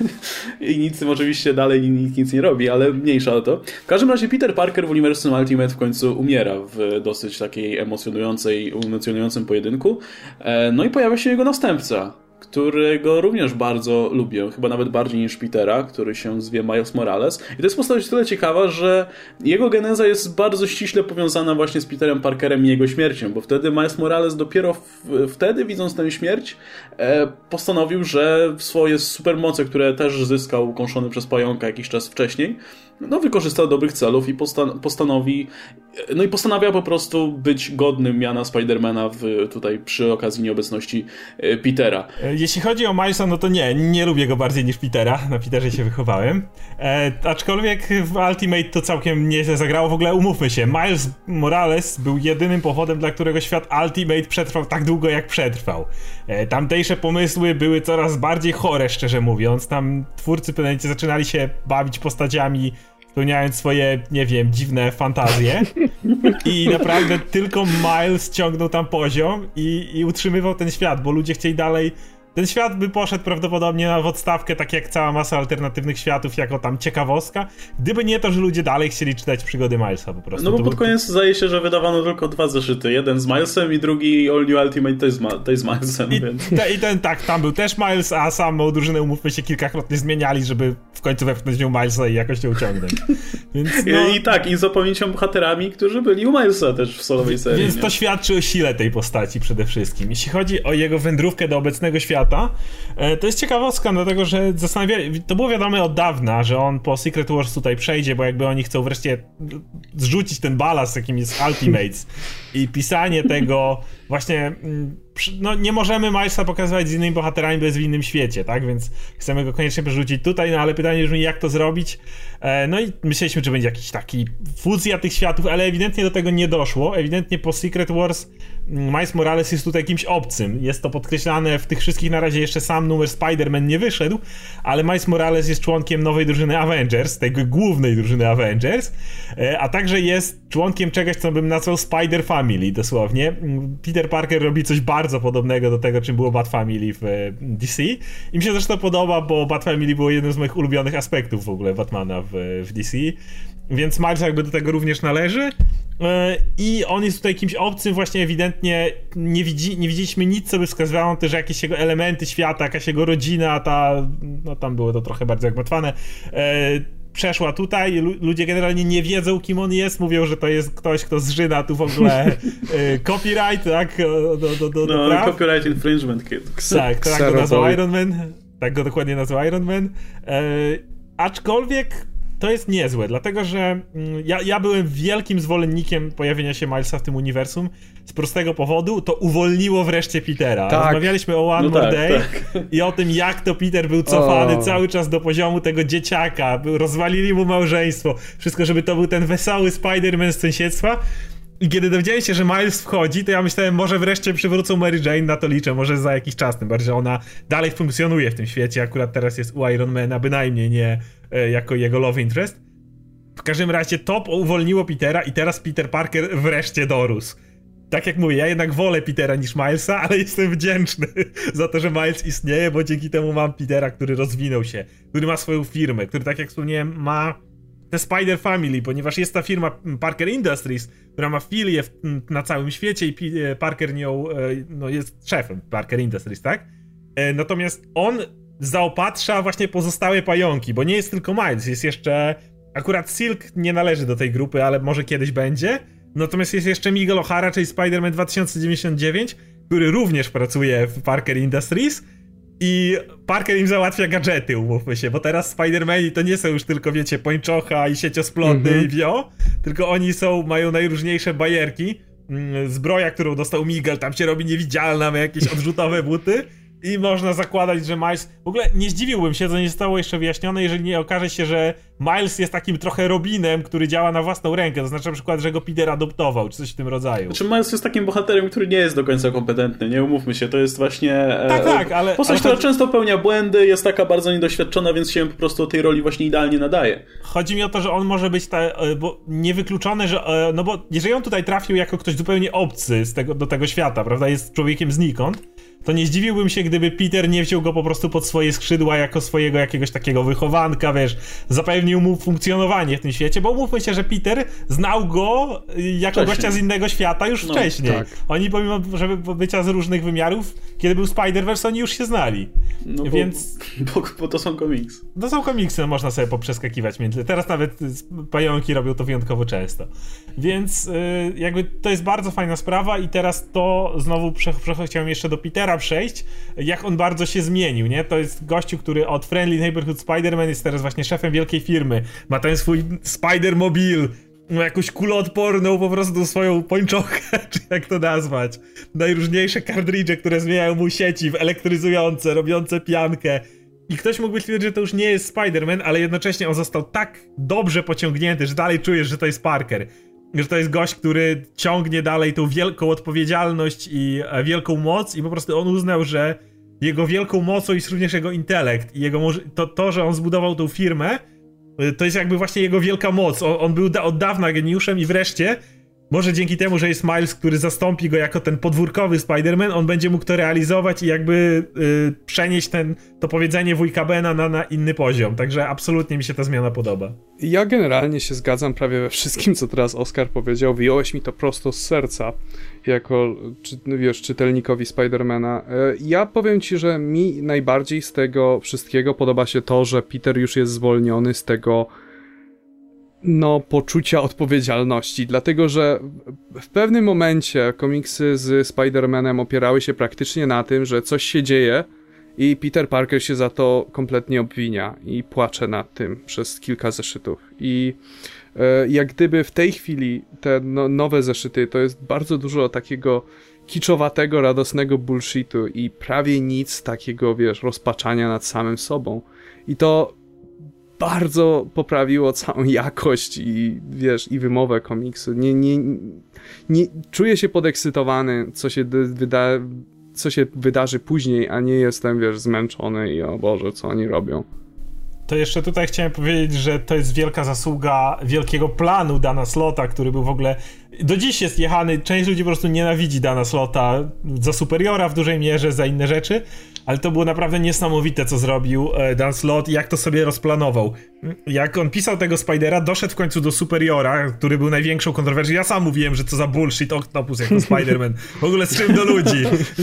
i nic oczywiście dalej nic, nic nie robi, ale mniejsza o to. W każdym razie Peter Parker w uniwersum Ultimate w końcu umiera w dosyć takiej emocjonującej, emocjonującym pojedynku, no i pojawia się jego następca, którego również bardzo lubię, chyba nawet bardziej niż Petera, który się zwie Miles Morales. I to jest postać tyle ciekawa, że jego geneza jest bardzo ściśle powiązana właśnie z Peterem Parkerem i jego śmiercią, bo wtedy Miles Morales dopiero w, wtedy, widząc tę śmierć, e, postanowił, że swoje supermoce, które też zyskał ukąszony przez pająka jakiś czas wcześniej, no wykorzysta do dobrych celów i postan- postanowi, no i postanawia po prostu być godnym miana Spidermana w, tutaj przy okazji nieobecności Petera. Jeśli chodzi o Milesa, no to nie, nie lubię go bardziej niż Petera, na Peterze się wychowałem, e, aczkolwiek w Ultimate to całkiem nieźle zagrało, w ogóle umówmy się, Miles Morales był jedynym powodem, dla którego świat Ultimate przetrwał tak długo jak przetrwał. E, tamtejsze pomysły były coraz bardziej chore, szczerze mówiąc, tam twórcy w pewnym momencie zaczynali się bawić postaciami, spełniając swoje, nie wiem, dziwne fantazje i naprawdę tylko Miles ciągnął tam poziom i, i utrzymywał ten świat, bo ludzie chcieli dalej. Ten świat by poszedł prawdopodobnie w odstawkę, tak jak cała masa alternatywnych światów, jako tam ciekawostka, gdyby nie to, że ludzie dalej chcieli czytać przygody Milesa po prostu. No bo to pod był... koniec zdaje się, że wydawano tylko dwa zeszyty. Jeden z Milesem i drugi All New Ultimate to jest, ma- to jest Milesem. I, więc... te, I ten, tak, tam był też Miles, a samą drużynę, umówmy się, kilkakrotnie zmieniali, żeby w końcu wepchnąć w nią Milesa i jakoś ją uciągnąć. Więc, no... I, I tak, i z opowieścią bohaterami, którzy byli u Milesa też w solowej serii. Więc nie? to świadczy o sile tej postaci przede wszystkim. Jeśli chodzi o jego wędrówkę do obecnego świata, to jest ciekawostka, dlatego że zastanawiali, to było wiadome od dawna, że on po Secret Wars tutaj przejdzie, bo jakby oni chcą wreszcie zrzucić ten balast, jakim jest Ultimates i pisanie tego właśnie, no nie możemy Milesa pokazywać z innymi bohaterami, bo jest w innym świecie, tak, więc chcemy go koniecznie przerzucić tutaj, no ale pytanie brzmi, jak to zrobić, no i myśleliśmy, że będzie jakiś taki fuzja tych światów, ale ewidentnie do tego nie doszło, ewidentnie po Secret Wars Miles Morales jest tutaj kimś obcym, jest to podkreślane w tych wszystkich, na razie jeszcze sam numer Spider-Man nie wyszedł, ale Miles Morales jest członkiem nowej drużyny Avengers, tej głównej drużyny Avengers, a także jest członkiem czegoś, co bym nazwał Spider Family dosłownie. Peter Parker robi coś bardzo podobnego do tego, czym było Bat Family w D C i mi się zresztą podoba, bo Bat Family było jednym z moich ulubionych aspektów w ogóle Batmana w, w D C, więc Miles jakby do tego również należy. I on jest tutaj kimś obcym, właśnie ewidentnie nie, widzi, nie widzieliśmy nic, co by wskazywało też, że jakieś jego elementy świata, jakaś jego rodzina, ta, no tam było to trochę bardziej zagmatwane, e, przeszła tutaj, ludzie generalnie nie wiedzą, kim on jest, mówią, że to jest ktoś, kto zżyna tu w ogóle e, copyright, tak, do, do, do, do no, praw. Copyright infringement. Tak, tak go nazwał Iron Man, tak go dokładnie nazwał Iron Man, e, aczkolwiek to jest niezłe, dlatego że ja, ja byłem wielkim zwolennikiem pojawienia się Milesa w tym uniwersum z prostego powodu, to uwolniło wreszcie Petera. Tak. Rozmawialiśmy o One no More tak, Day tak. i o tym, jak to Peter był cofany o. cały czas do poziomu tego dzieciaka, rozwalili mu małżeństwo, wszystko, żeby to był ten wesoły Spider-Man z sąsiedztwa. I kiedy dowiedziałem się, że Miles wchodzi, to ja myślałem, może wreszcie przywrócą Mary Jane, na to liczę, może za jakiś czas, tym bardziej, że ona dalej funkcjonuje w tym świecie, akurat teraz jest u Ironmana, bynajmniej nie e, jako jego love interest. W każdym razie to uwolniło Petera i teraz Peter Parker wreszcie dorósł. Tak jak mówię, ja jednak wolę Petera niż Milesa, ale jestem wdzięczny za to, że Miles istnieje, bo dzięki temu mam Petera, który rozwinął się, który ma swoją firmę, który, tak jak wspomniałem, ma The Spider Family, ponieważ jest ta firma Parker Industries, która ma filię w, na całym świecie i Parker nią no, jest szefem Parker Industries, tak? Natomiast on zaopatrza właśnie pozostałe pająki, bo nie jest tylko Miles, jest jeszcze... Akurat Silk nie należy do tej grupy, ale może kiedyś będzie. Natomiast jest jeszcze Miguel O'Hara, czyli Spider-Man dwa tysiące dziewięćdziesiąt dziewięć, który również pracuje w Parker Industries i Parker im załatwia gadżety, umówmy się, bo teraz Spider-Mani to nie są już tylko, wiecie, pończocha i sieciosplody mm-hmm. i wio, tylko oni są, mają najróżniejsze bajerki. Zbroja, którą dostał Miguel, tam się robi niewidzialna, ma jakieś odrzutowe buty. i można zakładać, że Miles... W ogóle nie zdziwiłbym się, co nie zostało jeszcze wyjaśnione, jeżeli nie okaże się, że Miles jest takim trochę Robinem, który działa na własną rękę, to znaczy na przykład, że go Peter adoptował, czy coś w tym rodzaju. Znaczy Miles jest takim bohaterem, który nie jest do końca kompetentny, nie umówmy się, to jest właśnie... Tak, e, tak, ale... Postać, ale która chodzi... często popełnia błędy, jest taka bardzo niedoświadczona, więc się po prostu tej roli właśnie idealnie nadaje. Chodzi mi o to, że on może być ta, bo niewykluczone, że... No bo jeżeli on tutaj trafił jako ktoś zupełnie obcy z tego, do tego świata, prawda, jest człowiekiem znikąd, to nie zdziwiłbym się, gdyby Peter nie wziął go po prostu pod swoje skrzydła jako swojego jakiegoś takiego wychowanka, wiesz, zapewnił mu funkcjonowanie w tym świecie, bo umówmy się, że Peter znał go jako wcześniej. Gościa z innego świata już no, wcześniej. Tak. Oni pomimo żeby bycia z różnych wymiarów, kiedy był Spider-Verse, oni już się znali. No więc... Bo, bo, bo to są komiksy. To są komiksy, no można sobie poprzeskakiwać między... Teraz nawet pająki robią to wyjątkowo często. Więc yy, jakby to jest bardzo fajna sprawa i teraz to znowu prze, prze, chciałem jeszcze do Petera przejść, jak on bardzo się zmienił, nie? To jest gościu, który od Friendly Neighborhood Spider-Man jest teraz właśnie szefem wielkiej firmy. Ma ten swój Spider-Mobil, ma jakąś kuloodporną po prostu swoją pończochę, czy jak to nazwać. Najróżniejsze kartridże, które zmieniają mu sieci w elektryzujące, robiące piankę. I ktoś mógłby twierdzić, że to już nie jest Spider-Man, ale jednocześnie on został tak dobrze pociągnięty, że dalej czujesz, że to jest Parker. Że to jest gość, który ciągnie dalej tą wielką odpowiedzialność i wielką moc i po prostu on uznał, że jego wielką mocą jest również jego intelekt i jego to, to, że on zbudował tą firmę, to jest jakby właśnie jego wielka moc. On, on był da, od dawna geniuszem i wreszcie może dzięki temu, że jest Miles, który zastąpi go jako ten podwórkowy Spider-Man, on będzie mógł to realizować i jakby yy, przenieść ten, to powiedzenie wujka Bena na, na inny poziom. Także absolutnie mi się ta zmiana podoba. Ja generalnie się zgadzam prawie we wszystkim, co teraz Oskar powiedział. Wyjąłeś mi to prosto z serca, jako czy, wiesz, czytelnikowi Spider-Mana. Ja powiem ci, że mi najbardziej z tego wszystkiego podoba się to, że Peter już jest zwolniony z tego no, poczucia odpowiedzialności, dlatego że w pewnym momencie komiksy z Spider-Manem opierały się praktycznie na tym, że coś się dzieje i Peter Parker się za to kompletnie obwinia i płacze nad tym przez kilka zeszytów. I e, jak gdyby w tej chwili te no, nowe zeszyty to jest bardzo dużo takiego kiczowatego, radosnego bullshitu i prawie nic takiego, wiesz, rozpaczania nad samym sobą. I to bardzo poprawiło całą jakość i, wiesz, i wymowę komiksu. Nie, nie, nie, czuję się podekscytowany, co się wyda, co się wydarzy później, a nie jestem, wiesz, zmęczony i o Boże, co oni robią. To jeszcze tutaj chciałem powiedzieć, że to jest wielka zasługa wielkiego planu Dana Slotta, który był w ogóle... Do dziś jest jechany, część ludzi po prostu nienawidzi Dana Slotta za Superiora w dużej mierze, za inne rzeczy, ale to było naprawdę niesamowite, co zrobił Dan Slott i jak to sobie rozplanował. Jak on pisał tego Spidera, doszedł w końcu do Superiora, który był największą kontrowersją. Ja sam mówiłem, że co za bullshit Octopus jako Spider-Man. W ogóle z czym do ludzi.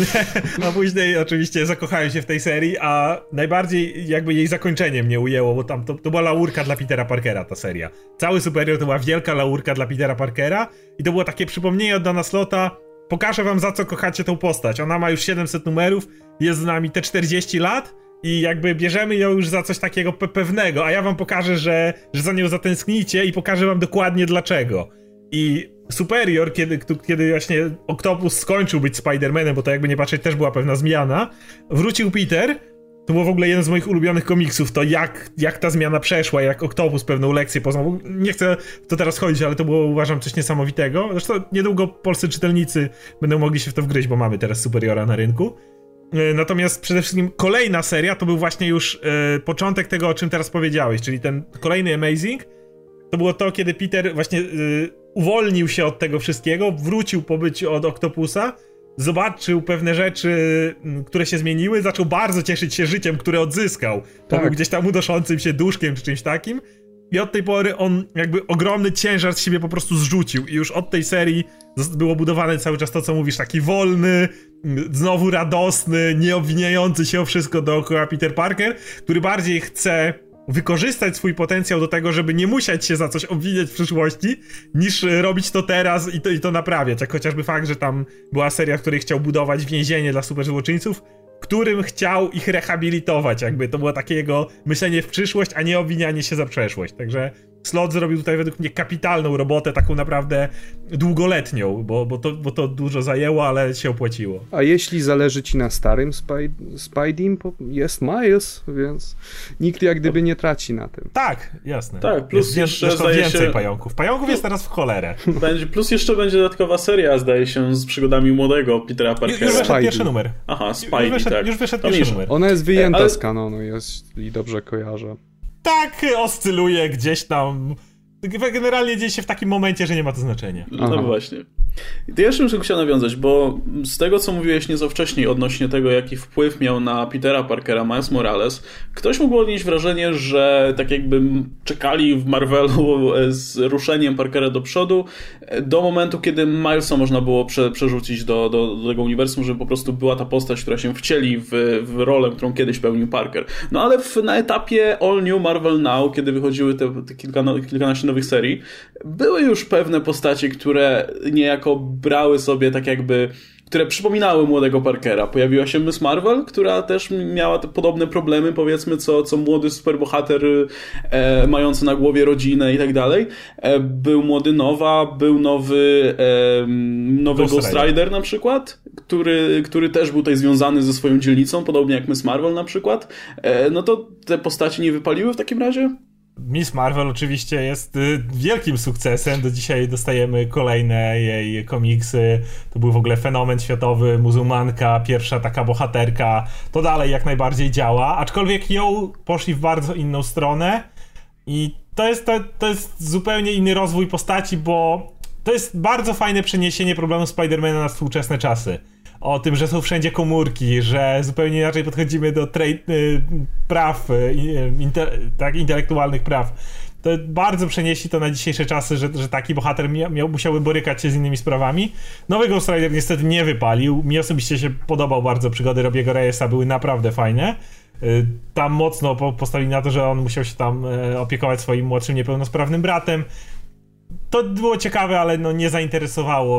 A później oczywiście zakochałem się w tej serii, a najbardziej jakby jej zakończenie mnie ujęło, bo tam to, to była laurka dla Petera Parkera, ta seria. Cały Superior to była wielka laurka dla Petera Parkera i to było takie przypomnienie od Dana Slotta. Pokażę wam, za co kochacie tą postać. Ona ma już siedemset numerów, jest z nami te czterdzieści lat i jakby bierzemy ją już za coś takiego pe- pewnego, a ja wam pokażę, że, że za nią zatęsknicie i pokażę wam dokładnie dlaczego. I Superior, kiedy, kiedy właśnie Octopus skończył być Spider-Manem, bo to jakby nie patrzeć też była pewna zmiana, wrócił Peter. To było w ogóle jeden z moich ulubionych komiksów, to jak, jak ta zmiana przeszła, jak Octopus pewną lekcję poznał. Nie chcę w to teraz chodzić, ale to było, uważam, coś niesamowitego. Zresztą niedługo polscy czytelnicy będą mogli się w to wgryźć, bo mamy teraz Superiora na rynku. Natomiast przede wszystkim kolejna seria to był właśnie już e, początek tego, o czym teraz powiedziałeś, czyli ten kolejny Amazing. To było to, kiedy Peter właśnie e, uwolnił się od tego wszystkiego, wrócił po byciu od Octopusa, zobaczył pewne rzeczy, które się zmieniły, zaczął bardzo cieszyć się życiem, które odzyskał. To tak. Był gdzieś tam unoszącym się duszkiem czy czymś takim. I od tej pory on jakby ogromny ciężar z siebie po prostu zrzucił. I już od tej serii było budowane cały czas to, co mówisz, taki wolny, znowu radosny, nie obwiniający się o wszystko dookoła Peter Parker, który bardziej chce wykorzystać swój potencjał do tego, żeby nie musieć się za coś obwiniać w przyszłości, niż robić to teraz i to, i to naprawiać. Jak chociażby fakt, że tam była seria, w której chciał budować więzienie dla superzłoczyńców, którym chciał ich rehabilitować. Jakby to było takie jego myślenie w przyszłość, a nie obwinianie się za przeszłość. Także Slott zrobił tutaj według mnie kapitalną robotę, taką naprawdę długoletnią, bo, bo, to, bo to dużo zajęło, ale się opłaciło. A jeśli zależy ci na starym Spid- Spideym, jest Miles, więc nikt jak gdyby nie traci na tym. Tak, jasne. Tak, plus jest jeszcze zresztą zdaje więcej się... pająków. Pająków jest teraz w cholerę. Będzie, plus jeszcze będzie dodatkowa seria, zdaje się, z przygodami młodego Petera Parkera. Już wyszedł pierwszy numer. Aha, Spidey, już wyszedł, tak. Już wyszedł To pierwszy mniejsza. numer. Ona jest wyjęta Ale... z kanonu, jeśli dobrze kojarzę. Tak, oscyluje gdzieś tam. Generalnie dzieje się w takim momencie, że nie ma to znaczenia. No Aha. właśnie. I to jeszcze bym chciał nawiązać, bo z tego, co mówiłeś nieco wcześniej odnośnie tego, jaki wpływ miał na Petera Parkera Miles Morales, ktoś mógł odnieść wrażenie, że tak jakby czekali w Marvelu z ruszeniem Parkera do przodu do momentu, kiedy Milesa można było prze, przerzucić do, do, do tego uniwersum, żeby po prostu była ta postać, która się wcieli w, w rolę, którą kiedyś pełnił Parker. No ale w, na etapie All New Marvel Now, kiedy wychodziły te, te kilka, kilkanaście nowych serii, były już pewne postacie, które niejako brały sobie tak jakby, które przypominały młodego Parkera. Pojawiła się Miss Marvel, która też miała te podobne problemy, powiedzmy, co, co młody superbohater e, mający na głowie rodzinę i tak dalej. E, był młody Nowa, był nowy e, nowy Ghost, Ghost Rider. Rider na przykład, który, który też był tutaj związany ze swoją dzielnicą, podobnie jak Miss Marvel na przykład. E, no to te postacie nie wypaliły w takim razie? Miss Marvel oczywiście jest y, wielkim sukcesem, do dzisiaj dostajemy kolejne jej komiksy, to był w ogóle fenomen światowy, muzułmanka, pierwsza taka bohaterka, to dalej jak najbardziej działa, aczkolwiek ją poszli w bardzo inną stronę i to jest, to, to jest zupełnie inny rozwój postaci, bo to jest bardzo fajne przeniesienie problemu Spidermana na współczesne czasy. O tym, że są wszędzie komórki, że zupełnie inaczej podchodzimy do tra- praw, inte- tak, intelektualnych praw. To bardzo przenieśli to na dzisiejsze czasy, że, że taki bohater mia- miał, musiałby borykać się z innymi sprawami. Nowy Ghost Rider niestety nie wypalił. Mi osobiście się podobał bardzo, przygody Robiego Reyesa były naprawdę fajne. Tam mocno po- postawili na to, że on musiał się tam opiekować swoim młodszym niepełnosprawnym bratem. To było ciekawe, ale no nie zainteresowało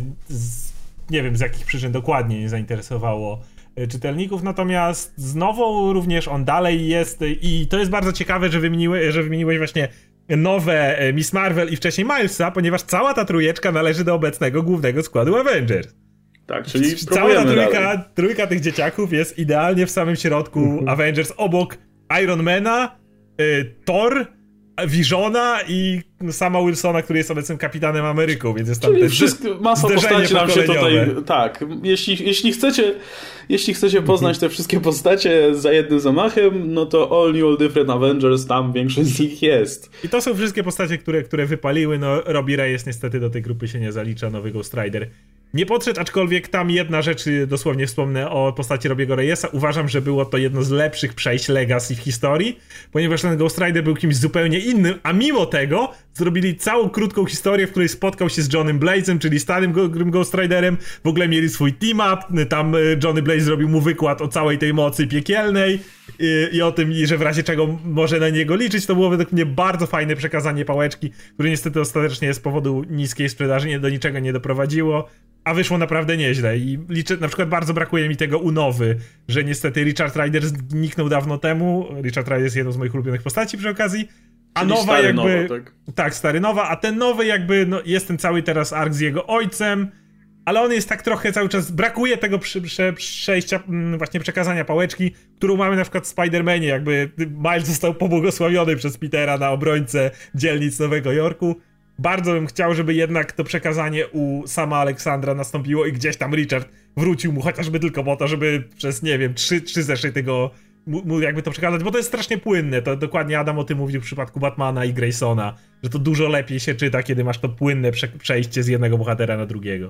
z, nie wiem z jakich przyczyn dokładnie nie zainteresowało czytelników, natomiast z nową również on dalej jest i to jest bardzo ciekawe, że, wymieniłeś, że wymieniłeś właśnie nowe Miss Marvel i wcześniej Milesa, ponieważ cała ta trójeczka należy do obecnego głównego składu Avengers. Tak, czyli cała ta trójka, trójka tych dzieciaków jest idealnie w samym środku mm-hmm. Avengers, obok Ironmana, y, Thor, Visiona i sama Wilsona, który jest obecnym kapitanem Ameryką, więc jest tam Czyli też wszystko, masa postaci nam się tutaj... Tak, jeśli, jeśli chcecie jeśli chcecie poznać te wszystkie postacie za jednym zamachem, no to All New, All Different Avengers, tam większość z nich jest. I to są wszystkie postacie, które, które wypaliły, no Robbie Reyes niestety do tej grupy się nie zalicza, nowy Ghost Rider nie podszedł, aczkolwiek tam jedna rzecz, dosłownie wspomnę o postaci Robiego Reyesa, uważam, że było to jedno z lepszych przejść Legacy w historii, ponieważ ten Ghost Rider był kimś zupełnie innym, a mimo tego zrobili całą krótką historię, w której spotkał się z Johnnym Blazem, czyli starym Ghost Riderem, w ogóle mieli swój team-up, tam Johnny Blaze zrobił mu wykład o całej tej mocy piekielnej i, i o tym, że w razie czego może na niego liczyć. To było według mnie bardzo fajne przekazanie pałeczki, które niestety ostatecznie z powodu niskiej sprzedaży nie, do niczego nie doprowadziło. A wyszło naprawdę nieźle i liczę, na przykład bardzo brakuje mi tego u Nowy, że niestety Richard Rider zniknął dawno temu. Richard Rider jest jedną z moich ulubionych postaci przy okazji. A Czyli Nowa jakby... Nowa, tak? tak, stary Nowa, a ten Nowy jakby, no jest ten cały teraz ark z jego ojcem, ale on jest tak trochę cały czas, brakuje tego przy, przy, przejścia, właśnie przekazania pałeczki, którą mamy na przykład w Spider-Manie, jakby Miles został pobłogosławiony przez Petera na obrońcę dzielnic Nowego Jorku. Bardzo bym chciał, żeby jednak to przekazanie u sama Aleksandra nastąpiło i gdzieś tam Richard wrócił mu chociażby tylko po to, żeby przez, nie wiem, trzy, trzy zeszyty go mu, mu jakby to przekazać, bo to jest strasznie płynne. To dokładnie Adam o tym mówił w przypadku Batmana i Graysona, że to dużo lepiej się czyta, kiedy masz to płynne prze- przejście z jednego bohatera na drugiego.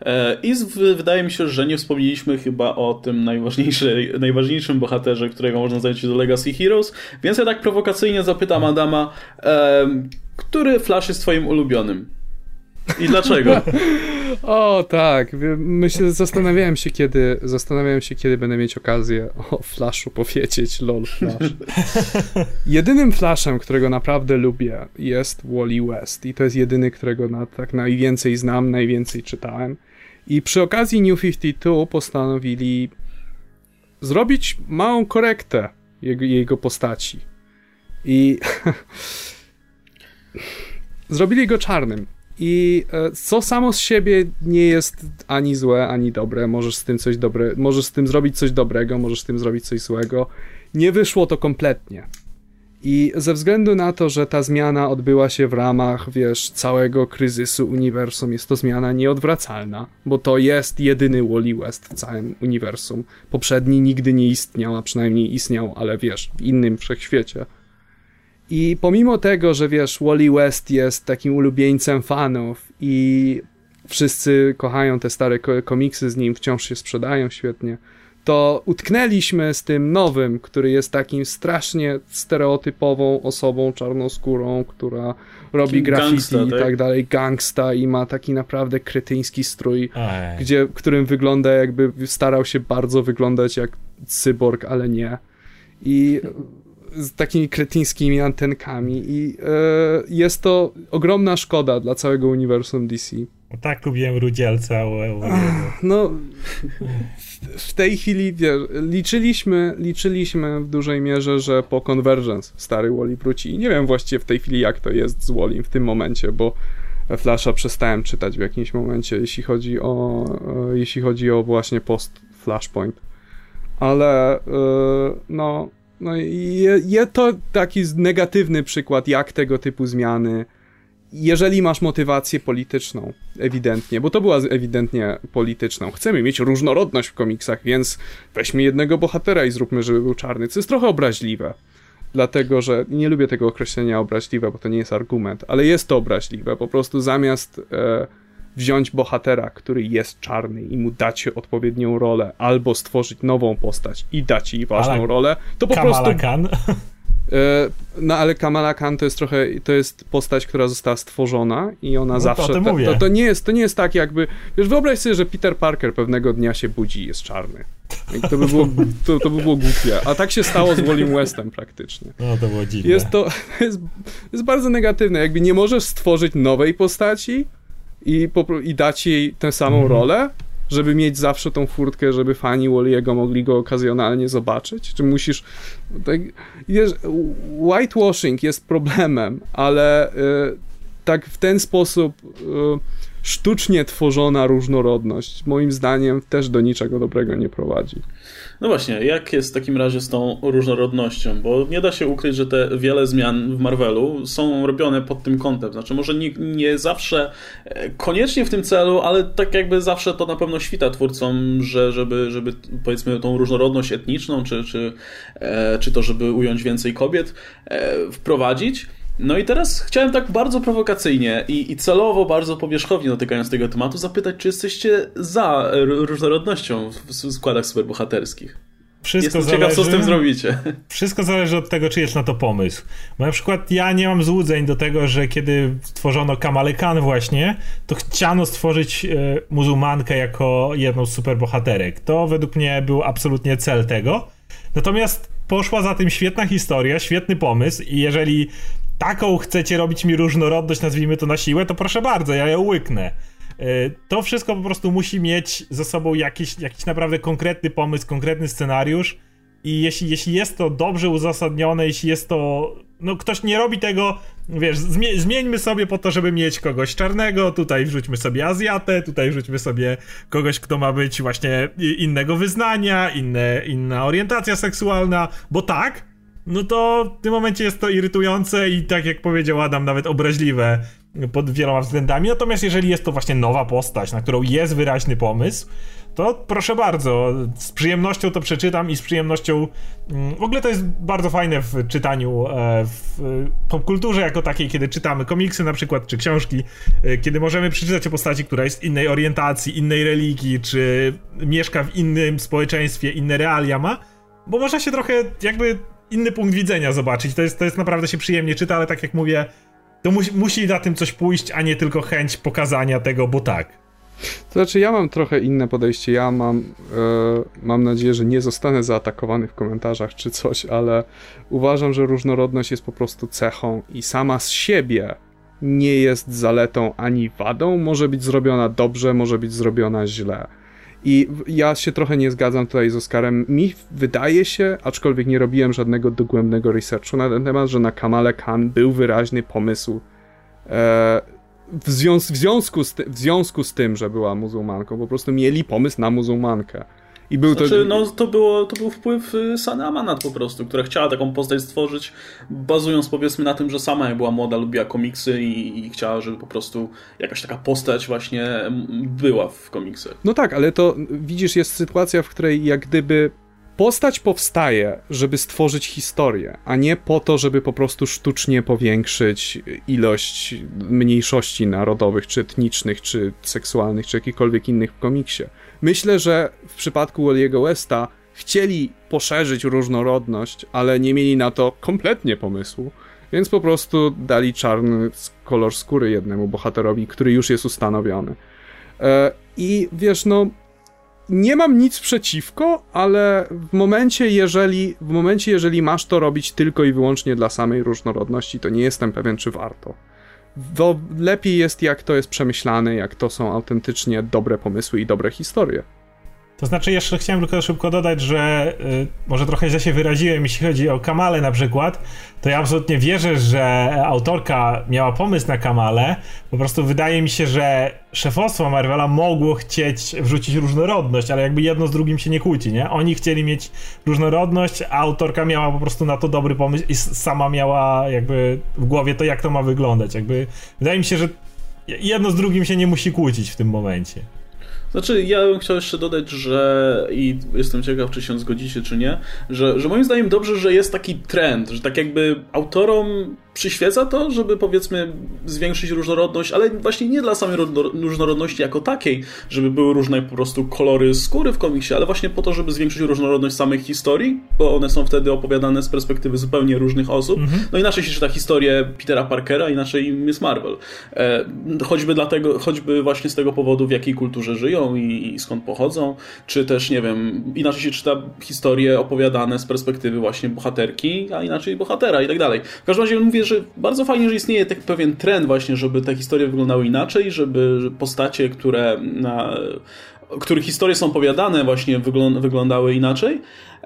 I z, wydaje mi się, że nie wspomnieliśmy chyba o tym najważniejszym bohaterze, którego można znaleźć do Legacy Heroes, więc ja tak prowokacyjnie zapytam Adama, um, który Flash jest twoim ulubionym? I dlaczego? O tak, myślę, zastanawiałem się kiedy zastanawiałem się kiedy będę mieć okazję o Flashu powiedzieć, lol Flash. Jedynym Flashem, którego naprawdę lubię, jest Wally West i to jest jedyny, którego na, tak najwięcej znam, najwięcej czytałem i przy okazji New pięćdziesiąt dwa postanowili zrobić małą korektę jego, jego postaci i zrobili go czarnym. I co samo z siebie nie jest ani złe, ani dobre. Możesz z tym coś dobre, możesz z tym zrobić coś dobrego, możesz z tym zrobić coś złego. Nie wyszło to kompletnie. I ze względu na to, że ta zmiana odbyła się w ramach, wiesz, całego kryzysu uniwersum, jest to zmiana nieodwracalna, bo to jest jedyny Wally West w całym uniwersum. Poprzedni nigdy nie istniał, a przynajmniej istniał, ale wiesz, w innym wszechświecie. I pomimo tego, że wiesz, Wally West jest takim ulubieńcem fanów i wszyscy kochają te stare komiksy z nim, wciąż się sprzedają świetnie, to utknęliśmy z tym nowym, który jest takim strasznie stereotypową osobą czarnoskórą, która robi graffiti gangsta, i tak? tak dalej, gangsta i ma taki naprawdę kretyński strój, gdzie, którym wygląda jakby starał się bardzo wyglądać jak cyborg, ale nie. I z takimi kretyńskimi antenkami i e, jest to ogromna szkoda dla całego uniwersum D C. Tak lubiłem Rudzielca. No w tej chwili wiesz, liczyliśmy, liczyliśmy w dużej mierze, że po Convergence stary Wally wróci i nie wiem właściwie w tej chwili jak to jest z Wallim w tym momencie, bo Flasha przestałem czytać w jakimś momencie, jeśli chodzi o e, jeśli chodzi o właśnie post Flashpoint. Ale e, no No i jest to taki negatywny przykład, jak tego typu zmiany, jeżeli masz motywację polityczną, ewidentnie, bo to była ewidentnie polityczną. Chcemy mieć różnorodność w komiksach, więc weźmy jednego bohatera i zróbmy, żeby był czarny, co jest trochę obraźliwe. Dlatego, że nie lubię tego określenia obraźliwe, bo to nie jest argument, ale jest to obraźliwe. Po prostu zamiast e, wziąć bohatera, który jest czarny i mu dać odpowiednią rolę, albo stworzyć nową postać i dać jej ważną ale rolę, to po Kamala prostu... Khan. E, no ale Kamala Khan to jest trochę, to jest postać, która została stworzona i ona no zawsze... To, to, to, nie jest, to nie jest tak jakby... Wiesz, wyobraź sobie, że Peter Parker pewnego dnia się budzi i jest czarny. I to by było, to, to by było głupie. A tak się stało z Wallim Westem praktycznie. No to było dziwne. Jest to jest, jest bardzo negatywne. Jakby nie możesz stworzyć nowej postaci i, i dać jej tę samą mm. rolę, żeby mieć zawsze tą furtkę, żeby fani Walliego mogli go okazjonalnie zobaczyć? Czy musisz... Tak, wiesz, whitewashing jest problemem, ale y, tak w ten sposób y, sztucznie tworzona różnorodność moim zdaniem też do niczego dobrego nie prowadzi. No właśnie, jak jest w takim razie z tą różnorodnością? Bo nie da się ukryć, że te wiele zmian w Marvelu są robione pod tym kątem. Znaczy może nie, nie zawsze koniecznie w tym celu, ale tak jakby zawsze to na pewno świta twórcom, że żeby, żeby powiedzmy tą różnorodność etniczną, czy, czy, e, czy to, żeby ująć więcej kobiet, e, wprowadzić. No i teraz chciałem tak bardzo prowokacyjnie i, i celowo bardzo powierzchownie dotykając tego tematu zapytać, czy jesteście za różnorodnością w składach superbohaterskich? Wszystko Jestem zależy, ciekaw, co z tym zrobicie. Wszystko zależy od tego, czy jest na to pomysł. Bo na przykład ja nie mam złudzeń do tego, że kiedy stworzono Kamalę Khan właśnie, to chciano stworzyć e, muzułmankę jako jedną z superbohaterek. To według mnie był absolutnie cel tego. Natomiast poszła za tym świetna historia, świetny pomysł i jeżeli taką chcecie robić mi różnorodność, nazwijmy to na siłę, to proszę bardzo, ja ją łyknę. To wszystko po prostu musi mieć ze sobą jakiś, jakiś naprawdę konkretny pomysł, konkretny scenariusz i jeśli, jeśli jest to dobrze uzasadnione, jeśli jest to... No ktoś nie robi tego, wiesz, zmie- zmieńmy sobie po to, żeby mieć kogoś czarnego, tutaj wrzućmy sobie Azjatę, tutaj wrzućmy sobie kogoś, kto ma być właśnie innego wyznania, inne, inna orientacja seksualna, bo tak, no to w tym momencie jest to irytujące i tak jak powiedział Adam, nawet obraźliwe pod wieloma względami. Natomiast jeżeli jest to właśnie nowa postać, na którą jest wyraźny pomysł, to proszę bardzo, z przyjemnością to przeczytam i z przyjemnością... W ogóle to jest bardzo fajne w czytaniu, w popkulturze jako takiej, kiedy czytamy komiksy na przykład, czy książki, kiedy możemy przeczytać o postaci, która jest innej orientacji, innej religii, czy mieszka w innym społeczeństwie, inne realia ma, bo można się trochę jakby inny punkt widzenia zobaczyć. To jest, to jest naprawdę się przyjemnie czyta, ale tak jak mówię, to musi, musi na tym coś pójść, a nie tylko chęć pokazania tego, bo tak. To znaczy ja mam trochę inne podejście. Ja mam, e, mam nadzieję, że nie zostanę zaatakowany w komentarzach czy coś, ale uważam, że różnorodność jest po prostu cechą i sama z siebie nie jest zaletą ani wadą. Może być zrobiona dobrze, może być zrobiona źle. I ja się trochę nie zgadzam tutaj z Oskarem. Mi wydaje się, aczkolwiek nie robiłem żadnego dogłębnego researchu na ten temat, że na Kamale Khan był wyraźny pomysł E, w, związ- w, związku z ty- w związku z tym, że była muzułmanką, po prostu mieli pomysł na muzułmankę. I był znaczy, to... no to, było, to był wpływ Sany Amanat po prostu, która chciała taką postać stworzyć, bazując powiedzmy na tym, że sama jak była młoda, lubiła komiksy i, i chciała, żeby po prostu jakaś taka postać właśnie była w komiksach. No tak, ale to widzisz, jest sytuacja, w której jak gdyby postać powstaje, żeby stworzyć historię, a nie po to, żeby po prostu sztucznie powiększyć ilość mniejszości narodowych, czy etnicznych, czy seksualnych, czy jakichkolwiek innych w komiksie. Myślę, że w przypadku Wally'ego Westa chcieli poszerzyć różnorodność, ale nie mieli na to kompletnie pomysłu, więc po prostu dali czarny kolor skóry jednemu bohaterowi, który już jest ustanowiony. I wiesz, no nie mam nic przeciwko, ale w momencie, jeżeli, w momencie, jeżeli masz to robić tylko i wyłącznie dla samej różnorodności, to nie jestem pewien, czy warto. Bo lepiej jest, jak to jest przemyślane, jak to są autentycznie dobre pomysły i dobre historie. To znaczy, jeszcze chciałem tylko szybko dodać, że y, może trochę źle się wyraziłem, jeśli chodzi o Kamalę na przykład, to ja absolutnie wierzę, że autorka miała pomysł na Kamalę. Po prostu wydaje mi się, że szefostwo Marvela mogło chcieć wrzucić różnorodność, ale jakby jedno z drugim się nie kłóci, nie? Oni chcieli mieć różnorodność, a autorka miała po prostu na to dobry pomysł i sama miała jakby w głowie to, jak to ma wyglądać. Jakby wydaje mi się, że jedno z drugim się nie musi kłócić w tym momencie. Znaczy, ja bym chciał jeszcze dodać, że i jestem ciekaw, czy się zgodzicie, czy nie, że, że moim zdaniem dobrze, że jest taki trend, że tak jakby autorom przyświeca to, żeby powiedzmy zwiększyć różnorodność, ale właśnie nie dla samej różnorodności jako takiej, żeby były różne po prostu kolory skóry w komiksie, ale właśnie po to, żeby zwiększyć różnorodność samych historii, bo one są wtedy opowiadane z perspektywy zupełnie różnych osób. Mhm. No inaczej się czyta historię Petera Parkera, inaczej Miss Marvel. E, choćby dlatego, choćby właśnie z tego powodu, w jakiej kulturze żyją i, i skąd pochodzą, czy też, nie wiem, inaczej się czyta historie opowiadane z perspektywy właśnie bohaterki, a inaczej bohatera i tak dalej. W każdym razie mówię, że bardzo fajnie, że istnieje taki pewien trend właśnie, żeby te historie wyglądały inaczej, żeby postacie, które na, których historie są opowiadane właśnie wyglą- wyglądały inaczej.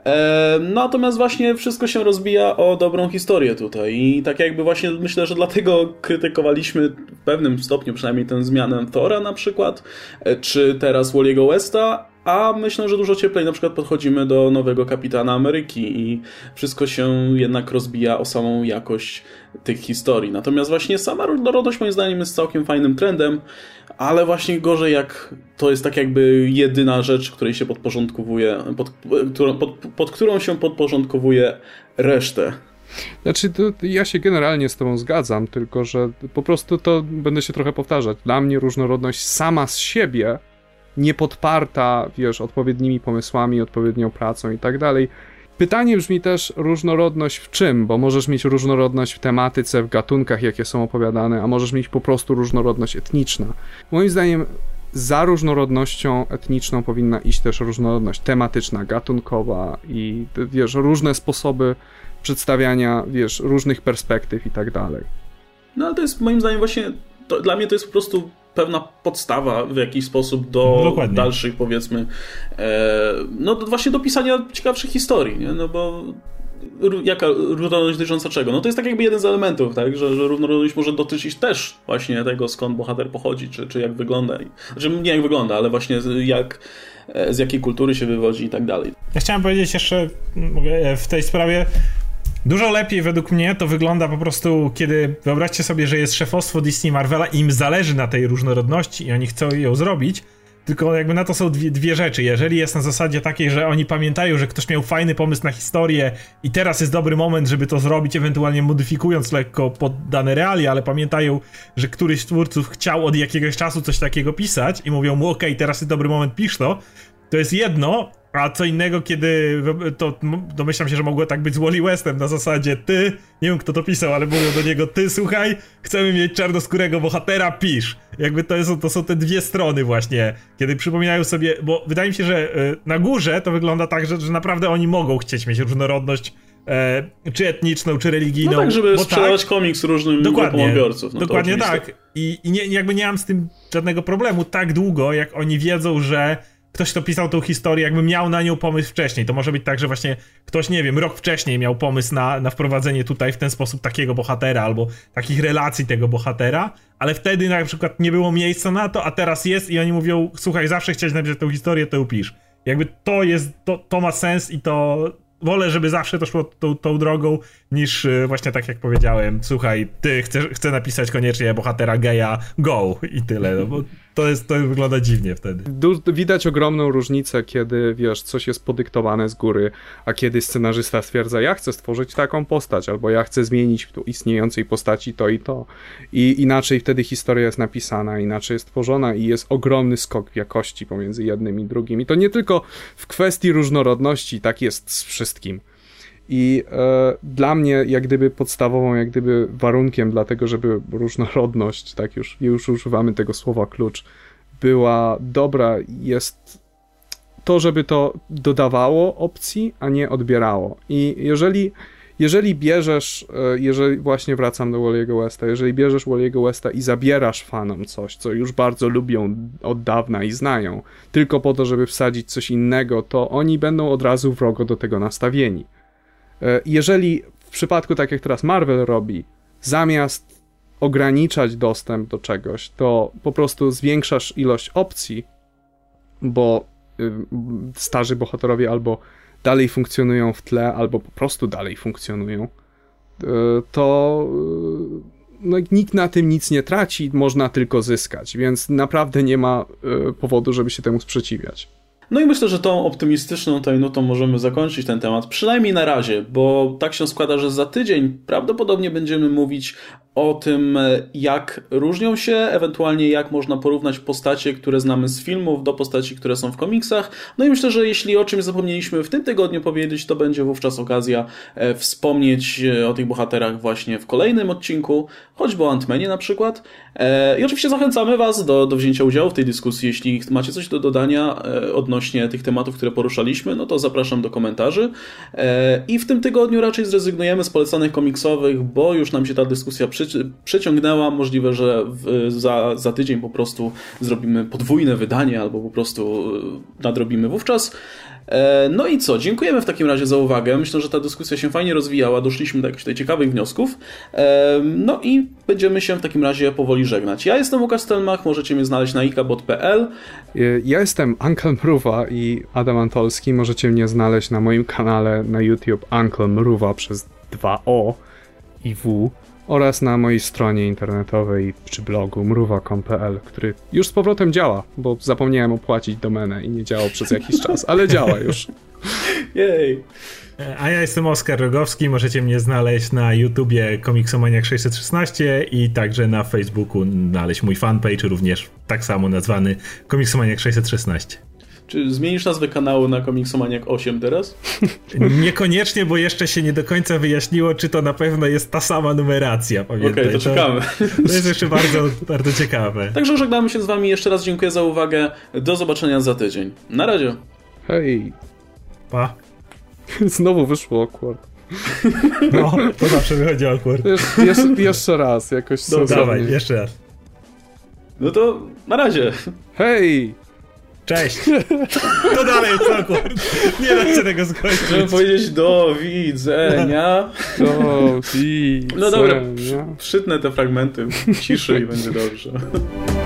E, natomiast właśnie wszystko się rozbija o dobrą historię tutaj i tak jakby właśnie myślę, że dlatego krytykowaliśmy w pewnym stopniu przynajmniej tę zmianę Thora na przykład, e, czy teraz Wally'ego Westa, a myślę, że dużo cieplej na przykład podchodzimy do nowego Kapitana Ameryki i wszystko się jednak rozbija o samą jakość tych historii. Natomiast właśnie sama różnorodność moim zdaniem jest całkiem fajnym trendem, ale właśnie gorzej jak to jest tak jakby jedyna rzecz, której się podporządkowuje, pod, pod, pod którą się podporządkowuje resztę. Znaczy, to ja się generalnie z tobą zgadzam, tylko że po prostu to będę się trochę powtarzać. Dla mnie różnorodność sama z siebie, nie podparta, wiesz, odpowiednimi pomysłami, odpowiednią pracą i tak dalej. Pytanie brzmi też, różnorodność w czym? Bo możesz mieć różnorodność w tematyce, w gatunkach, jakie są opowiadane, a możesz mieć po prostu różnorodność etniczna. Moim zdaniem za różnorodnością etniczną powinna iść też różnorodność tematyczna, gatunkowa i, wiesz, różne sposoby przedstawiania, wiesz, różnych perspektyw i tak dalej. No ale to jest moim zdaniem właśnie, to, dla mnie to jest po prostu pewna podstawa w jakiś sposób do Dokładnie. dalszych, powiedzmy, e, no właśnie do pisania ciekawszych historii, nie? No bo jaka różnorodność dotycząca czego? No to jest tak jakby jeden z elementów, tak? Że, że różnorodność może dotyczyć też właśnie tego, skąd bohater pochodzi, czy, czy jak wygląda. Znaczy nie jak wygląda, ale właśnie jak, z jakiej kultury się wywodzi i tak dalej. Ja chciałem powiedzieć jeszcze w tej sprawie, dużo lepiej według mnie to wygląda po prostu, kiedy wyobraźcie sobie, że jest szefostwo Disney Marvela i im zależy na tej różnorodności i oni chcą ją zrobić, tylko jakby na to są dwie, dwie rzeczy. Jeżeli jest na zasadzie takiej, że oni pamiętają, że ktoś miał fajny pomysł na historię i teraz jest dobry moment, żeby to zrobić, ewentualnie modyfikując lekko pod dane realia, ale pamiętają, że któryś z twórców chciał od jakiegoś czasu coś takiego pisać i mówią mu, okej, okay, teraz jest dobry moment, pisz to, to jest jedno. A co innego, kiedy to domyślam się, że mogło tak być z Wally Westem na zasadzie ty, nie wiem kto to pisał, ale mówią do niego ty, słuchaj, chcemy mieć czarnoskórego bohatera, pisz. Jakby to, jest, to są te dwie strony właśnie, kiedy przypominają sobie, bo wydaje mi się, że na górze to wygląda tak, że, że naprawdę oni mogą chcieć mieć różnorodność e, czy etniczną, czy religijną. No tak, żeby bo sprzedawać tak, komiks różnym grupom odbiorców. No dokładnie tak. I, i nie, jakby nie mam z tym żadnego problemu tak długo, jak oni wiedzą, że ktoś, kto pisał tą historię, jakby miał na nią pomysł wcześniej. To może być tak, że właśnie ktoś, nie wiem, rok wcześniej miał pomysł na, na wprowadzenie tutaj w ten sposób takiego bohatera albo takich relacji tego bohatera, ale wtedy na przykład nie było miejsca na to, a teraz jest i oni mówią, słuchaj, zawsze chciałeś napisać tę historię, to ją pisz. Jakby to jest, to, to ma sens i to... Wolę, żeby zawsze to szło tą, tą drogą, niż właśnie tak jak powiedziałem, słuchaj, ty chcesz, chcę napisać koniecznie bohatera geja, go i tyle, no bo to, jest, to wygląda dziwnie wtedy. Du- widać ogromną różnicę, kiedy, wiesz, coś jest podyktowane z góry, a kiedy scenarzysta stwierdza, ja chcę stworzyć taką postać, albo ja chcę zmienić w tu istniejącej postaci to i to. I inaczej wtedy historia jest napisana, inaczej jest tworzona i jest ogromny skok w jakości pomiędzy jednym i drugim. I to nie tylko w kwestii różnorodności, tak jest z wszystkim. I e, dla mnie jak gdyby podstawową, jak gdyby warunkiem dla tego, żeby różnorodność, tak już, już używamy tego słowa klucz, była dobra, jest to, żeby to dodawało opcji, a nie odbierało. I jeżeli, jeżeli bierzesz, e, jeżeli właśnie wracam do Wally'ego Westa, jeżeli bierzesz Wally'ego Westa i zabierasz fanom coś, co już bardzo lubią od dawna i znają, tylko po to, żeby wsadzić coś innego, to oni będą od razu wrogo do tego nastawieni. Jeżeli w przypadku, tak jak teraz Marvel robi, zamiast ograniczać dostęp do czegoś, to po prostu zwiększasz ilość opcji, bo starzy bohaterowie albo dalej funkcjonują w tle, albo po prostu dalej funkcjonują, to no, nikt na tym nic nie traci, można tylko zyskać, więc naprawdę nie ma powodu, żeby się temu sprzeciwiać. No i myślę, że tą optymistyczną tutaj nutą możemy zakończyć ten temat, przynajmniej na razie, bo tak się składa, że za tydzień prawdopodobnie będziemy mówić o tym, jak różnią się, ewentualnie jak można porównać postacie, które znamy z filmów, do postaci, które są w komiksach. No i myślę, że jeśli o czymś zapomnieliśmy w tym tygodniu powiedzieć, to będzie wówczas okazja wspomnieć o tych bohaterach właśnie w kolejnym odcinku, choćby o Ant-Manie na przykład. I oczywiście zachęcamy Was do, do wzięcia udziału w tej dyskusji. Jeśli macie coś do dodania odnośnie tych tematów, które poruszaliśmy, no to zapraszam do komentarzy. I w tym tygodniu raczej zrezygnujemy z polecanych komiksowych, bo już nam się ta dyskusja przy przeciągnęła. Możliwe, że w, za, za tydzień po prostu zrobimy podwójne wydanie albo po prostu nadrobimy wówczas. E, no i co? Dziękujemy w takim razie za uwagę. Myślę, że ta dyskusja się fajnie rozwijała. Doszliśmy do jakichś tutaj ciekawych wniosków. E, no i będziemy się w takim razie powoli żegnać. Ja jestem Łukasz Stelmach. Możecie mnie znaleźć na ikabot kropka pe el. Ja jestem Uncle Mruwa i Adam Antolski. Możecie mnie znaleźć na moim kanale na YouTube Uncle Mruwa przez dwa O i W. Oraz na mojej stronie internetowej czy blogu mruwa kropka com kropka pe el, który już z powrotem działa, bo zapomniałem opłacić domenę i nie działał przez jakiś czas, ale działa już. Jej. A ja jestem Oskar Rogowski, możecie mnie znaleźć na YouTubie Komiksomaniak sześćset szesnaście i także na Facebooku znaleźć mój fanpage, również tak samo nazwany Komiksomaniak sześćset szesnaście. Czy zmienisz nazwę kanału na Komiksomaniak osiem teraz? Niekoniecznie, bo jeszcze się nie do końca wyjaśniło, czy to na pewno jest ta sama numeracja. Okej, okay, to czekamy. To, to jest jeszcze bardzo, bardzo ciekawe. Także żegnamy się z wami. Jeszcze raz dziękuję za uwagę. Do zobaczenia za tydzień. Na razie. Hej. Pa. Znowu wyszło awkward. No, to zawsze wychodzi awkward. Jesz, jeszcze, jeszcze raz, jakoś no, dawaj, jeszcze raz. No to na razie. Hej. Cześć! To dalej jest awkward. Nie da się tego skończyć. Chciałem powiedzieć do widzenia. Do widzenia. No dobra, przytnę te fragmenty ciszy i będzie dobrze.